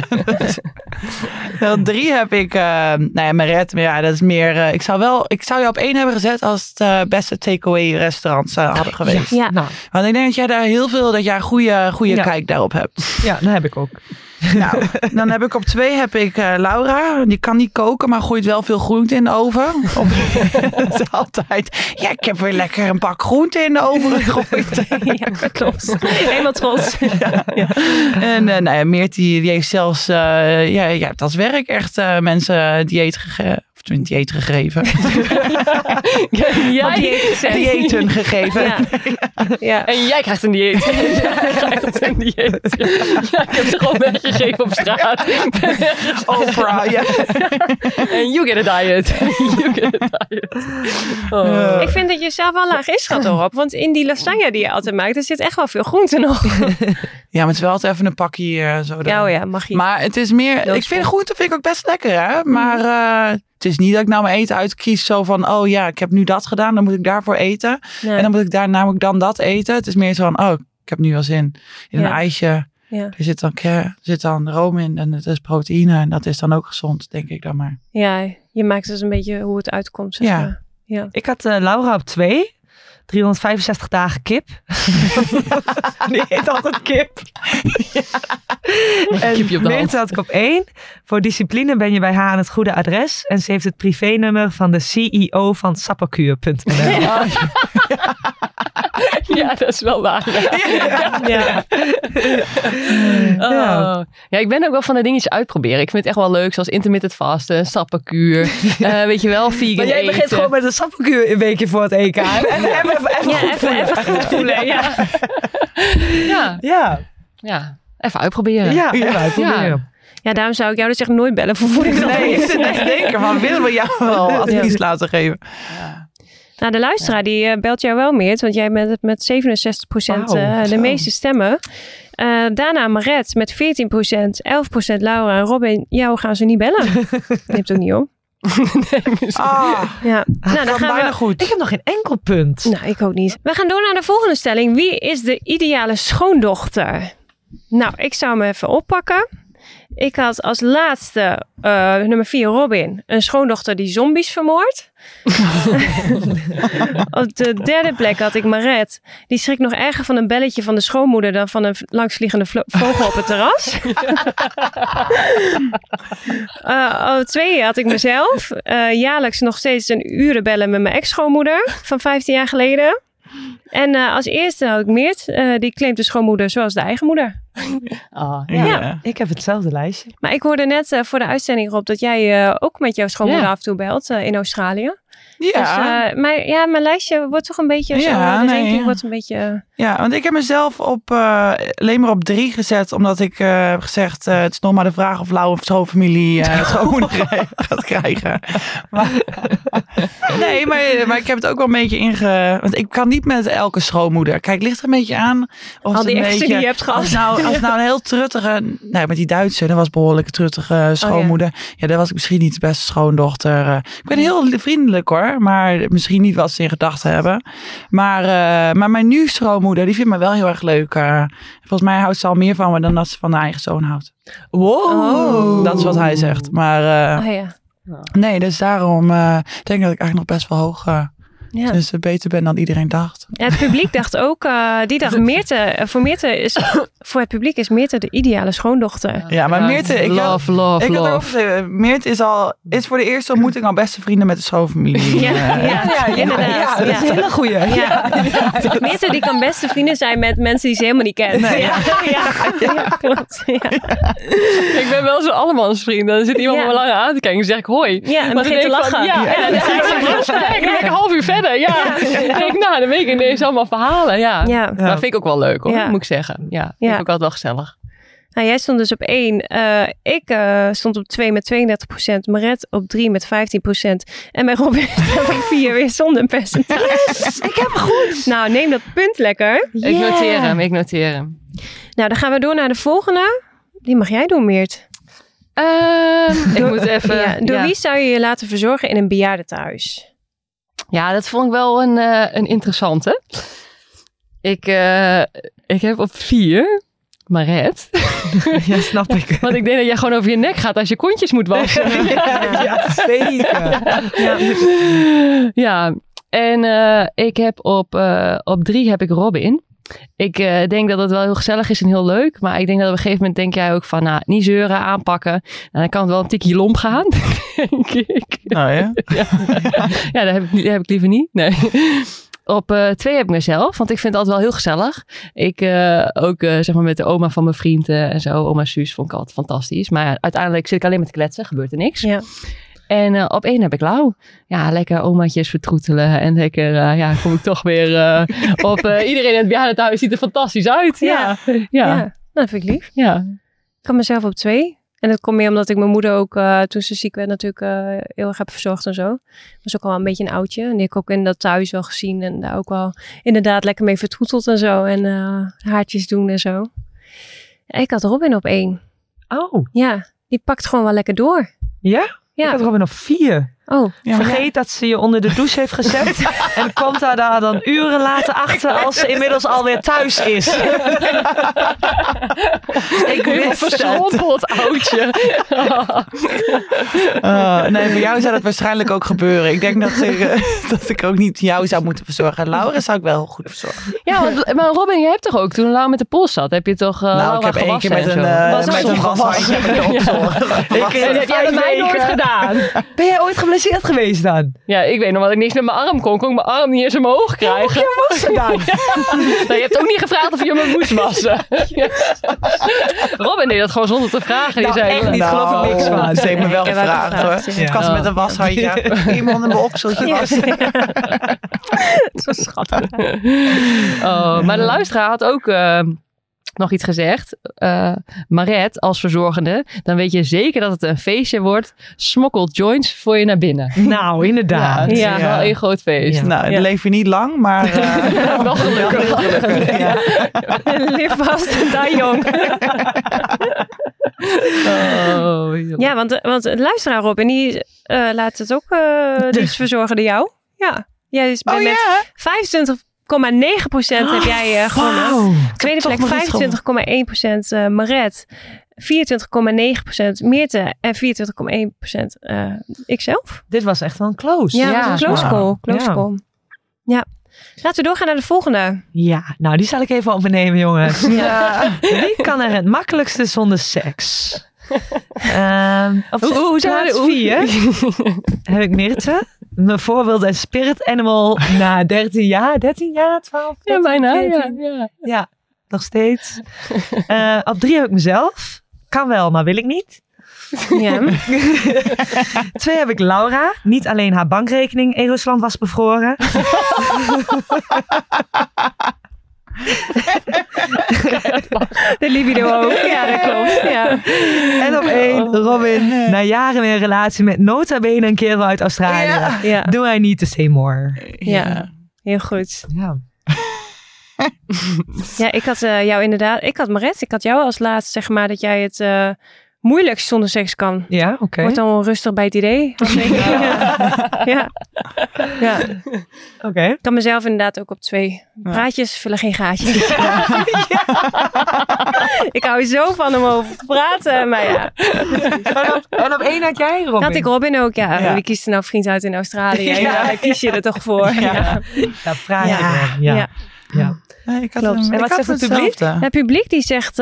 3 heb ik, Maret. Maar ja, dat is meer, ik zou je op 1 hebben gezet als het beste takeaway restaurant hadden geweest. Ja. Nou, Want ik denk dat jij daar heel veel, dat jij een goede kijk daarop hebt. ja, dat heb ik ook. Nou, dan heb ik op 2 heb ik Laura. Die kan niet koken, maar gooit wel veel groente in de oven. Dat is altijd. Ja, ik heb weer lekker een pak groente in de oven gegooid. Ja, dat klopt. Helemaal trots. En Meert die heeft zelfs, jij hebt als werk echt mensen dieet gegeven. Jij Diëten gegeven. Ja. Ja. En jij krijgt een dieet. Jij krijgt een dieet. Ja, ik heb ze gewoon weggegeven op straat. Oprah, ja. En you get a diet. You get a diet. Oh. Ik vind dat je zelf wel laag inschat erop. Want in die lasagne die je altijd maakt, er zit echt wel veel groente nog. Ja, maar het is wel altijd even een pakje zo. Ja, oh ja, mag je. Maar het is meer, ik vind groente vind ik ook best lekker, hè. Maar het is niet dat ik nou mijn eten uitkies zo van, oh ja, ik heb nu dat gedaan, dan moet ik daarvoor eten. Nee. En dan moet ik daarna dan dat eten. Het is meer zo van, oh, ik heb nu wel zin in een Ja. ijsje. Ja. Er zit dan room in en het is proteïne. En dat is dan ook gezond, denk ik dan maar. Ja, je maakt dus een beetje hoe het uitkomt. Zeg Ja. maar. Ja. Ik had Laura op 2. 365 dagen kip. Die eet altijd kip. En Kipje op de hand. Meerte had ik op 1. Voor discipline ben je bij haar aan het goede adres. En ze heeft het privénummer van de CEO van sapperkuur.nl. Ja, dat is wel waar. Ja. Oh. Ja, ik ben ook wel van de dingetjes uitproberen. Ik vind het echt wel leuk, zoals intermittent vasten, sappenkuur. Weet je wel, vegan Maar jij eten. begint gewoon met een sapperkuur een weekje voor het EK. Even Even goed voelen. Ja. Ja, Ja, ja, even uitproberen. ja, even uitproberen. Ja, daarom zou ik jou dus echt nooit bellen voor voedingsadvies. Nee, ik zit net te denken van, willen we jou wel advies laten geven? Nou, de luisteraar die belt jou wel meer, want jij bent het met 67% Wauw, de zo. meeste stemmen. Daarna Maret met 14%, 11% Laura en Robin. Jou gaan ze niet bellen. Neemt ook niet op. Ja. Nou, dan gaan bijna we... goed. Ik heb nog geen enkel punt. Nou, ik ook niet. We gaan door naar de volgende stelling. Wie is de ideale schoondochter? Nou, ik zou me even oppakken. Ik had als laatste, nummer 4, Robin. Een schoondochter die zombies vermoordt. Op de derde plek had ik Maret. Die schrikt nog erger van een belletje van de schoonmoeder dan van een langsvliegende vogel op het terras. Op 2 had ik mezelf. Jaarlijks nog steeds een uren bellen met mijn ex-schoonmoeder van 15 jaar geleden. En als eerste had ik Meert. Die claimt de schoonmoeder zoals de eigen moeder. Ja. Ik heb hetzelfde lijstje. Maar ik hoorde net voor de uitzending, Rob, dat jij ook met jouw schoonmoeder Ja. af en toe belt in Australië. Ja. Dus, mijn lijstje wordt toch een beetje zo. Ja, De nee, ranking ja. wordt een beetje... Ja, want ik heb mezelf alleen maar op 3 gezet. Omdat ik heb gezegd, het is nog maar de vraag of Lau een schoonfamilie schoonmoeder gaat krijgen. Maar ik heb het ook wel een beetje want ik kan niet met elke schoonmoeder. Kijk, ligt er een beetje aan. Of Al die het een exen beetje, die je hebt gehad. Als het nou een heel truttige... Nou, met die Duitse, dat was behoorlijk truttige schoonmoeder. Ja, dat was ik misschien niet de beste schoondochter. Ik ben heel vriendelijk hoor. Maar misschien niet wat ze in gedachten hebben. Maar mijn nu schoonmoeder, die vindt me wel heel erg leuk. Volgens mij houdt ze al meer van me dan dat ze van de eigen zoon houdt. Wow. Dat is wat hij zegt. Maar ja. nee, dus daarom denk ik dat ik eigenlijk nog best wel hoog dus beter ben dan iedereen dacht. Ja, het publiek dacht ook, die dacht voor het publiek is Meerte de ideale schoondochter. Ja, maar Meerte, ik had love. Meerte is voor de eerste ontmoeting al beste vrienden met de schoonfamilie. Ja, inderdaad. Ja, dat is een hele goeie. Ja. Meerte die kan beste vrienden zijn met mensen die ze helemaal niet kent. Nee. Ja, klopt. Ja. Ik ben wel zo andermansvriend. Dan zit iemand Ja. me lang aan te kijken en zeg ik hoi. Ja, en Maar begint te dan denk ik lachen. van, en dan zei zeg ik dan ben ik een half uur verder. Ja. Dan denk ik, dan weet ik ineens allemaal verhalen. Ja. Ja. Dat vind ik ook wel leuk hoor, Ja. moet ik zeggen. Ja, vind Ja. ik ook altijd wel gezellig. Nou, jij stond dus op 1. Ik stond op 2 met 32%. Maret op 3 met 15%. En bij Robin staat op 4 weer zonder percentage. Ik heb goed. Nou, neem dat punt lekker. Ik noteer hem. Nou, dan gaan we door naar de volgende. Die mag jij doen, Meert. Ik moet even... Ja, door wie zou je je laten verzorgen in een bejaardentehuis? Ja, dat vond ik wel een interessante. Ik heb op 4 Maret. Ja, snap ik. Want ik denk dat jij gewoon over je nek gaat als je kontjes moet wassen. Ja, zeker. Ja, en ik heb op 3 heb ik Robin. Ik denk dat het wel heel gezellig is en heel leuk. Maar ik denk dat op een gegeven moment denk jij ook van... Nou, niet zeuren, aanpakken. Nou, dan kan het wel een tikje lomp gaan, denk ik. Nou ja. Ja, dat heb ik liever niet. Nee. Op 2 heb ik mezelf, want ik vind het altijd wel heel gezellig. Ik ook zeg maar met de oma van mijn vriend en zo. Oma Suus vond ik altijd fantastisch. Maar ja, uiteindelijk zit ik alleen maar te kletsen. Gebeurt er niks. Ja. En op 1 heb ik Lau. Ja, lekker omaatjes vertroetelen. En lekker, kom ik toch weer op... iedereen in het bejaardentehuis ziet er fantastisch uit. Ja. Nou, dat vind ik lief. Ja. Ik kan mezelf op 2. En dat komt meer omdat ik mijn moeder ook toen ze ziek werd natuurlijk heel erg heb verzorgd en zo. Was ook al een beetje een oudje. En die heb ik ook in dat thuis wel gezien. En daar ook wel inderdaad lekker mee vertroeteld en zo. En haartjes doen en zo. En ik had Robin op 1. Oh, Ja, die pakt gewoon wel lekker door. ja? Ja. Ik had Robin op 4. Oh, Ja, maar Vergeet dat ze je onder de douche heeft gezet. En komt daar dan uren later achter als ze inmiddels alweer thuis is. Ik wist het. Verschrompeld oudje. nee, bij jou zou dat waarschijnlijk ook gebeuren. Ik denk dat ik ook niet jou zou moeten verzorgen. Laura zou ik wel goed verzorgen. Ja, maar Robin, je hebt toch ook toen Lau met de pols zat, heb je toch Nou, ik heb één keer met een washandje met een opzorg. En heb jij dat mij nooit gedaan? Ben jij ooit geblesseerd geweest dan? Ja, ik weet nog dat ik niks met mijn arm kon. Kon ik mijn arm niet eens omhoog krijgen. Hoe was het dan? Nou, je hebt ook niet gevraagd of je me moest wassen. Robin deed dat gewoon zonder te vragen. Die Nou, zei, echt niet. geloof ik niks van. Ze heeft me wel Ik heb wel gevraagd gevraagd, hoor. ja. Ik was met een washandje. Iemand in mijn okseltje wassen. zo schattig. Maar de luisteraar had ook nog iets gezegd. Maret als verzorgende. Dan weet je zeker dat het een feestje wordt. Smokkelt joints voor je naar binnen. Nou, inderdaad. Ja, wel een groot feest. Ja. Nou, dat leef je niet lang, maar Wel gelukkig. ja. Lief vast en die jong. Ja, want de luisteraar Robin, die laat het ook die is verzorgen door jou. Ja. Jij is Oh met ja? 25,9% heb jij gewonnen. Wauw. Tweede Toch plek nog iets 25,1% Maret. 24,9% Meerte en 24,1% ikzelf. Dit was echt wel een close. Ja, Ja. dat is een close call. Close Ja. call. Ja. Laten we doorgaan naar de volgende. Ja, nou die zal ik even opnemen, jongens. Wie kan er het makkelijkste zonder seks? Op Hoe zou plaats hoe- 4 heb ik Meerte. Mijn voorbeeld en spirit animal na 13 jaar. 13 jaar, 12, 13, Ja, bijna. 14. Ja. Ja, nog steeds. Op 3 heb ik mezelf. Kan wel, maar wil ik niet. Ja. 2 heb ik Laura. Niet alleen haar bankrekening in Rusland was bevroren. De libido ook. Ja, dat klopt. Ja. En op 1 Robin. Na jaren in een relatie met nota bene een kerel uit Australië. Ja. Ja. Do I need to say more? Ja. Heel goed. Ja. Ja, ik had jou inderdaad... Ik had Maret. Ik had jou als laatst, zeg maar, dat jij het moeilijkst zonder seks kan. Ja, oké. Wordt dan wel rustig bij het idee. Wat denk ik? Ja. Ja. Oké. Ik kan mezelf inderdaad ook op 2. Praatjes vullen geen gaatjes. Ik hou zo van om over te praten, maar ja. En op 1 had jij, Robin? Had ik Robin ook, ja. Ja. Wie kiest er nou vriend uit in Australië? Ja. Ja, daar kies je er toch voor. Ja. Ja, vraag Ja. ik wel. Ja. Ja. Ja. Nee, ik had Klopt. hem- En ik wat had zegt het publiek? hetzelfde. Het publiek die zegt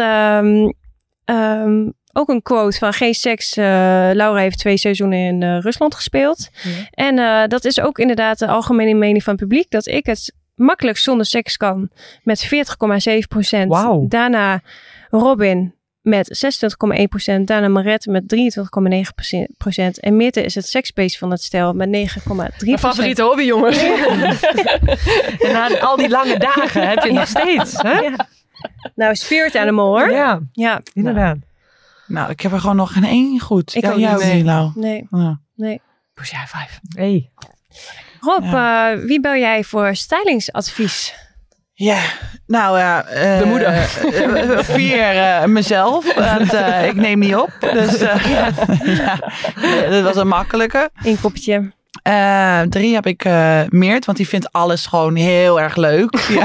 ook een quote van geen seks. Laura heeft 2 seizoenen in Rusland gespeeld. Ja. En dat is ook inderdaad de algemene mening van het publiek. Dat ik het makkelijk zonder seks kan. Met 40,7%. Wauw. Daarna Robin met 26,1%. Daarna Maret met 23,9%. En Meerte is het seksbeest van het stel met 9,3%. Mijn favoriete hobby, jongens. En na al die lange dagen heb je het nog steeds. Hè? Ja. Nou, spirit animal hoor. Ja, Ja. inderdaad. Nou, ik heb er gewoon nog geen 1 goed. Ik Ja, ook jij niet. ook niet, Lau. Nee, Ja. nee. Push jij 5. Hey. Rob, wie bel jij voor stylingsadvies? Ja, nou ja. De moeder. 4 mezelf, want ik neem niet op. Dus ja, dat was een makkelijke. Inkoppertje. 3 heb ik Meert, want die vindt alles gewoon heel erg leuk. Ja.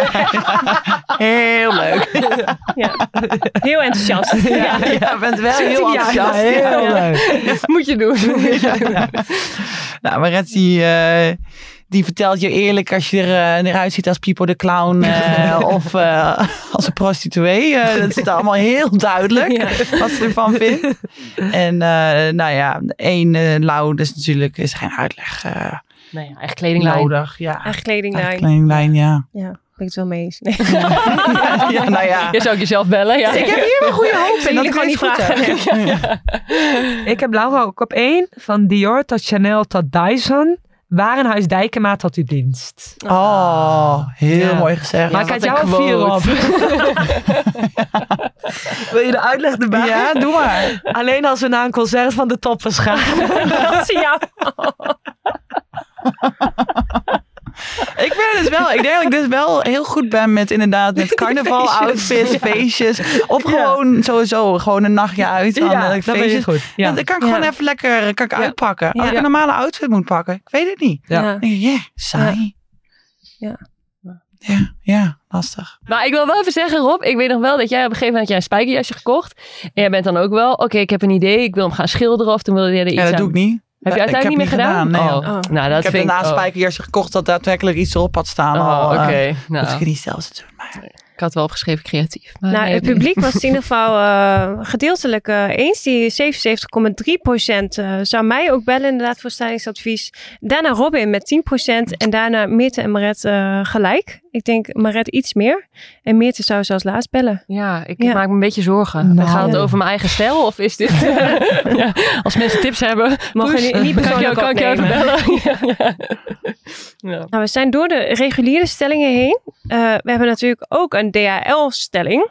Heel leuk. Ja. Heel enthousiast. Ja, je bent wel heel enthousiast. heel Ja. leuk. Moet je doen. Nou, Maret die vertelt je eerlijk als je eruit ziet als Pipo de Clown of als een prostituee. Dat is allemaal heel duidelijk wat ze ervan vindt. En nou ja, 1 Lau, dus natuurlijk is geen uitleg Nee, eigen kledinglijn. nodig. Ja, Eigen kledinglijn. eigen kledinglijn, ja. Ja, ben ik het wel mee eens. Nee. Ja, nou ja. Je zou ook jezelf bellen. Ja. Ik heb hier mijn goede hoop in. Jullie Dat gewoon ik niet het goed vragen. heb. Ik heb Laura ook op 1. Van Dior tot Chanel tot Dyson. Warenhuis Dijkema tot uw dienst. Oh, heel Ja. mooi gezegd. Maar ik wat had jou een 4 op. Wil je de uitleg erbij? Ja, doe maar. Alleen als we naar een concert van de toppers gaan. Dat zie jou. Ik denk dat ik dus wel heel goed ben met inderdaad met carnaval outfits, feestjes. Of gewoon sowieso gewoon een nachtje uit. Dan, Ja, ik dat ben je feestjes. goed. Ja. Dan kan ik gewoon even lekker uitpakken. Als ik Ja. een normale outfit moet pakken. Ik weet het niet. Ja. Dan denk ik, saai. Ja. Ja, lastig. Maar ik wil wel even zeggen, Rob, ik weet nog wel dat jij op een gegeven moment een spijkerjasje gekocht. En jij bent dan ook wel, oké, ik heb een idee, ik wil hem gaan schilderen of toen wilde jij er iets Ja, dat aan. doe ik niet. Heb je uiteindelijk niet meer gedaan? Nee, Oh. joh. Oh. Nou, dat Ik heb vind daarna een oh. spijkerjasje gekocht dat daadwerkelijk iets erop had staan. Oh, al, oké. Nou, hoef ik het niet zelfs te doen. Maar ik had wel opgeschreven creatief. Maar Nou, nee, het publiek was in ieder geval gedeeltelijk eens. Die 77,3% zou mij ook bellen inderdaad voor stylingsadvies. Daarna Robin met 10% en daarna Meerte en Maret gelijk. Ik denk Maret iets meer. En Meerte zou zelfs laatst bellen. Ja, ik Ja. maak me een beetje zorgen. Nou. Gaat het over mijn eigen stijl of is dit... ja, als mensen tips hebben, Mogen push, niet persoonlijk kan ik jou even opnemen. bellen? Ja. Nou, we zijn door de reguliere stellingen heen. We hebben natuurlijk ook een DHL-stelling.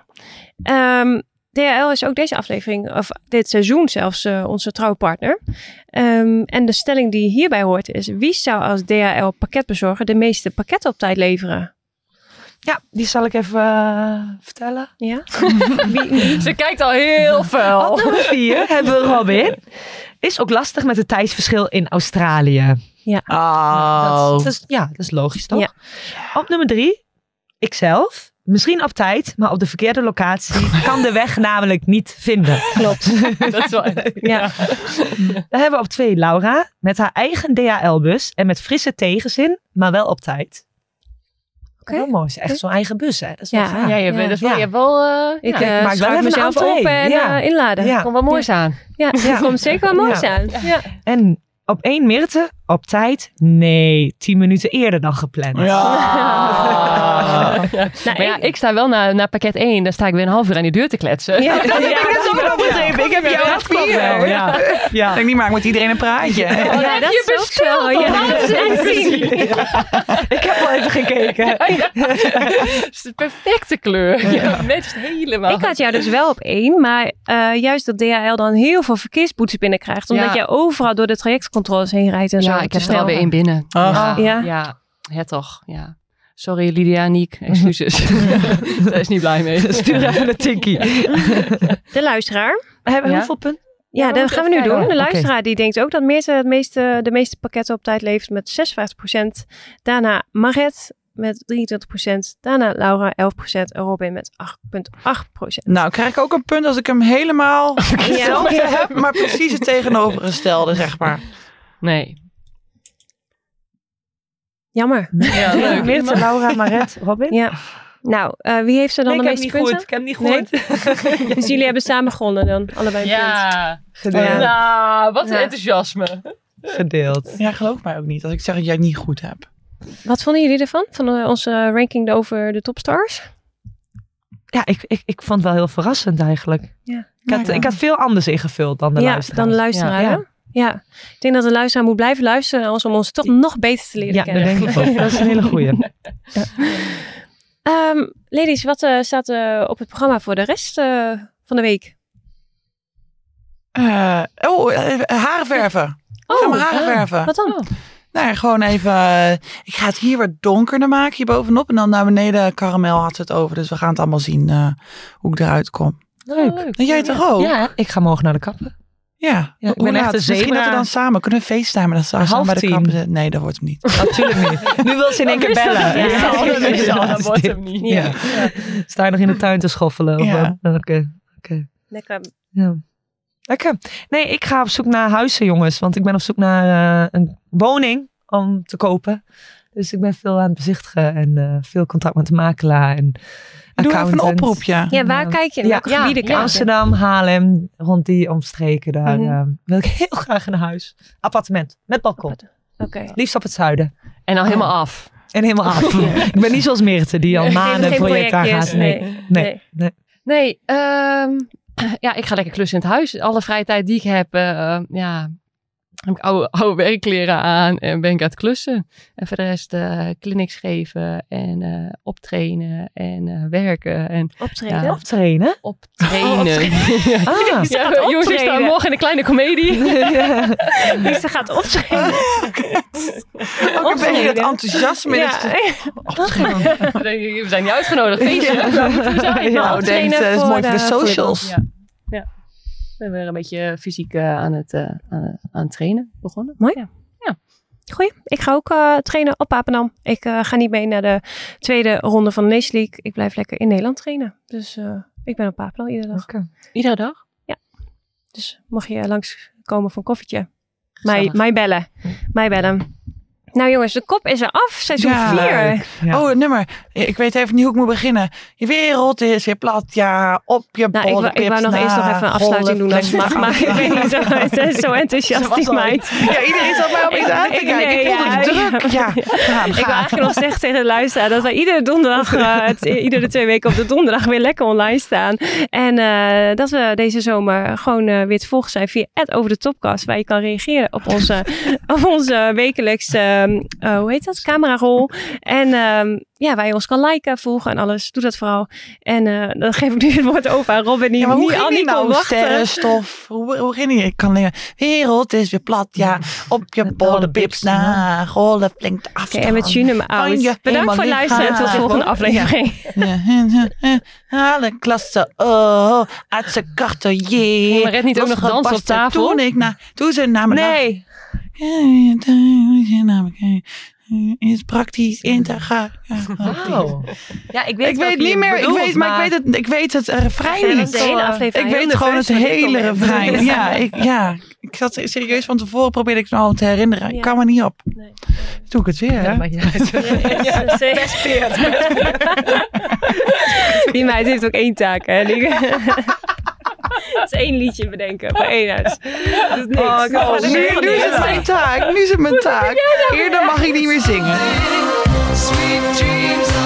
DHL is ook deze aflevering, of dit seizoen zelfs, onze trouwe partner. En de stelling die hierbij hoort is: wie zou als DHL pakketbezorger de meeste pakketten op tijd leveren? Ja, die zal ik even vertellen. Ja? wie? Ze kijkt al heel fel. Op nummer 4 hebben we Robin. Is ook lastig met het tijdsverschil in Australië. oh. Dat is logisch, toch? Ja. Op nummer 3, ikzelf. Misschien op tijd, maar op de verkeerde locatie. Kan de weg namelijk niet vinden. Klopt. Dat is wel Ja. Dan hebben we op 2 Laura. Met haar eigen DHL-bus. En met frisse tegenzin, maar wel op tijd. Oké. Heel mooi. Is echt zo'n eigen bus, hè? Dat is wel Ja. gaaf. Ja, je, bent, dat is wel, Ja. je hebt wel... Ik maak wel schrijf even mezelf een op entree. en Ja. inladen. Ja. komt wel moois aan. Ja, Ja. komt zeker wel mooi Ja. aan. Ja. En op 1 Meerte, op tijd. Nee, 10 minuten eerder dan gepland. Ja. Maar ja, ik sta wel naar pakket 1. Dan sta ik weer een half uur aan die deur te kletsen. Ja, Ik heb het ook al begrepen. Ik heb jou dat klopt wel. Ja. Ik denk niet, maak met iedereen een praatje. Ja, dat is ook zo. Ja, dat is echt zien. Ik heb wel even gekeken. Het is de perfecte kleur. Ja, matcht helemaal. Ik had jou dus wel op 1, maar juist dat DHL dan heel veel verkeersboetes binnenkrijgt. Omdat jij overal door de trajectcontroles heen rijdt en zo. Ja, ik heb er alweer 1 binnen. Ja. Het toch. Ja. Sorry Lydia, Niek, excuses. Daar is niet blij mee. Stuur even een tikkie. De luisteraar. Hebben we Ja? hoeveel punten? Ja, dat gaan we nu doen. De Oké. luisteraar die denkt ook dat Meerte de meeste pakketten op tijd levert met 56%. Daarna Maret met 23%. Daarna Laura 11% en Robin met 8,8%. Nou, krijg ik ook een punt als ik hem helemaal hetzelfde heb, maar precies het tegenovergestelde, zeg maar. Nee. Jammer. Ja, leuk. Meerte, Laura, Maret, Robin? Ja. Nou, wie heeft er dan Nee, de ik heb meeste niet punten? goed. Ik heb niet goed. Dus jullie hebben samen gewonnen dan, allebei een punt. Ja. Gedeeld. Nou, wat een Ja. enthousiasme. Gedeeld. Ja, geloof mij ook niet als ik zeg dat jij het niet goed hebt. Wat vonden jullie ervan? Van onze ranking over de topstars? Ja, ik vond het wel heel verrassend eigenlijk. Ja. Ik had veel anders ingevuld dan de luisteraar. Dan de luisteraar. Ja. hè? Ja. Ik denk dat de luisteraar moet blijven luisteren naar ons om ons toch nog beter te leren Ja, dat kennen. denk ik ook. Dat is een hele goeie. Ladies, wat staat op het programma voor de rest van de week? Haren verven. Ga maar haren verven. Wat dan? Nou, gewoon even. Ik ga het hier wat donkerder maken, hier bovenop. En dan naar beneden, karamel had ze het over. Dus we gaan het allemaal zien hoe ik eruit kom. Leuk. En jij toch ook? Ja, ik ga morgen naar de kapper. Ja. Ja, ik Hoe ben echt laat? een Misschien dat we zebra. dan samen kunnen facetimen. Dat ze samen bij de 9:30. kapper zitten. Nee, dat wordt hem niet. Natuurlijk niet. Nu wil ze in één keer bellen. Dat wordt hem niet. Ja. Sta je nog in de tuin te schoffelen? Ja. Oké. Lekker. Ja. Lekker. Nee, ik ga op zoek naar huizen, jongens. Want ik ben op zoek naar een woning om te kopen. Dus ik ben veel aan het bezichtigen en veel contact met de makelaar en Doe even een accountant. oproepje. Ja, waar kijk je? In welke gebieden kijk je? Amsterdam, Haarlem, rond die omstreken. Daar Mhm. wil ik heel graag een huis. Appartement, met balkon. Oké. Liefst op het zuiden. En dan helemaal af. En helemaal af. Ik ben niet zoals Meerte, die al maanden Geen project projectjes, aangaat. Nee. Nee, ja, ik ga lekker klussen in het huis. Alle vrije tijd die ik heb, heb ik oude werkkleren aan en ben ik aan het klussen. En voor de rest clinics geven en optrainen en werken en Optreden? Ja. Optrainen? optrainen. Ah. Ja, jongens, ik sta morgen in een kleine komedie. Lisa gaat optreden. Ook een beetje het enthousiasme. Ja. We zijn niet uitgenodigd. Feestje. Nou, denk, dat is mooi voor de socials. Ja. Ik ben weer een beetje fysiek aan het trainen begonnen. Mooi. Ja. Goeie. Ik ga ook trainen op Papendam. Ik ga niet mee naar de tweede ronde van de Nations League. Ik blijf lekker in Nederland trainen. Dus ik ben op Papendam iedere dag. Iedere dag? Dus mocht je langskomen voor een koffietje. Gezellig. Mij bellen. Nou jongens, de kop is er af. Seizoen 4. Ja. Oh, het nummer. Ik weet even niet hoe ik moet beginnen. Je wereld is weer plat, ja. Op je Nou, bolle ik wou nog eerst nog even een afsluiting doen als het mag. Maar ik weet niet, het is zo enthousiast die meid. Ja, iedereen zat mij opeens aan te kijken. Ik vond het druk. Ja, Ik wil eigenlijk nog zeggen tegen de luisteraar dat wij iedere donderdag, iedere 2 weken op de donderdag weer lekker online staan. En dat we deze zomer gewoon weer te volgen zijn via @overthetopcast, waar je kan reageren op onze wekelijkse, hoe heet dat, camerarol. En waar je ons kan liken, volgen en alles. Doe dat vooral. En dan geef ik nu het woord over aan Robin. Die Ja, maar hoe niet ging al die niet kon nou? wachten. Sterrenstof. Hoe ging die? Ik kan leren. Wereld is weer plat, ja. Op je bolle pips na. Gollen flink af. Oké, en met June oud. Bedankt voor het luisteren en tot de volgende aflevering. Alle klassen, oh, uit zijn karten, jee. Hey, maar red niet ook nog dansen op tafel? Toen ze naar me Nee. is praktisch in te gaan. Wow. Ja, ik weet Ik weet niet meer, ik weet het refrein De niet. hele aflevering. Ik weet gewoon het hele refrein. Ik zat serieus van tevoren, probeerde ik het al te herinneren. Ja. Ik kan me niet op. Nee. Doe ik het weer, hè? Die meid heeft ook 1 taak. Hè? Het is 1 liedje bedenken voor 1 huis. Doet niks. Nu is het mijn taak. Nu is het mijn taak. Eerder mag ik niet meer zingen. Sweet dreams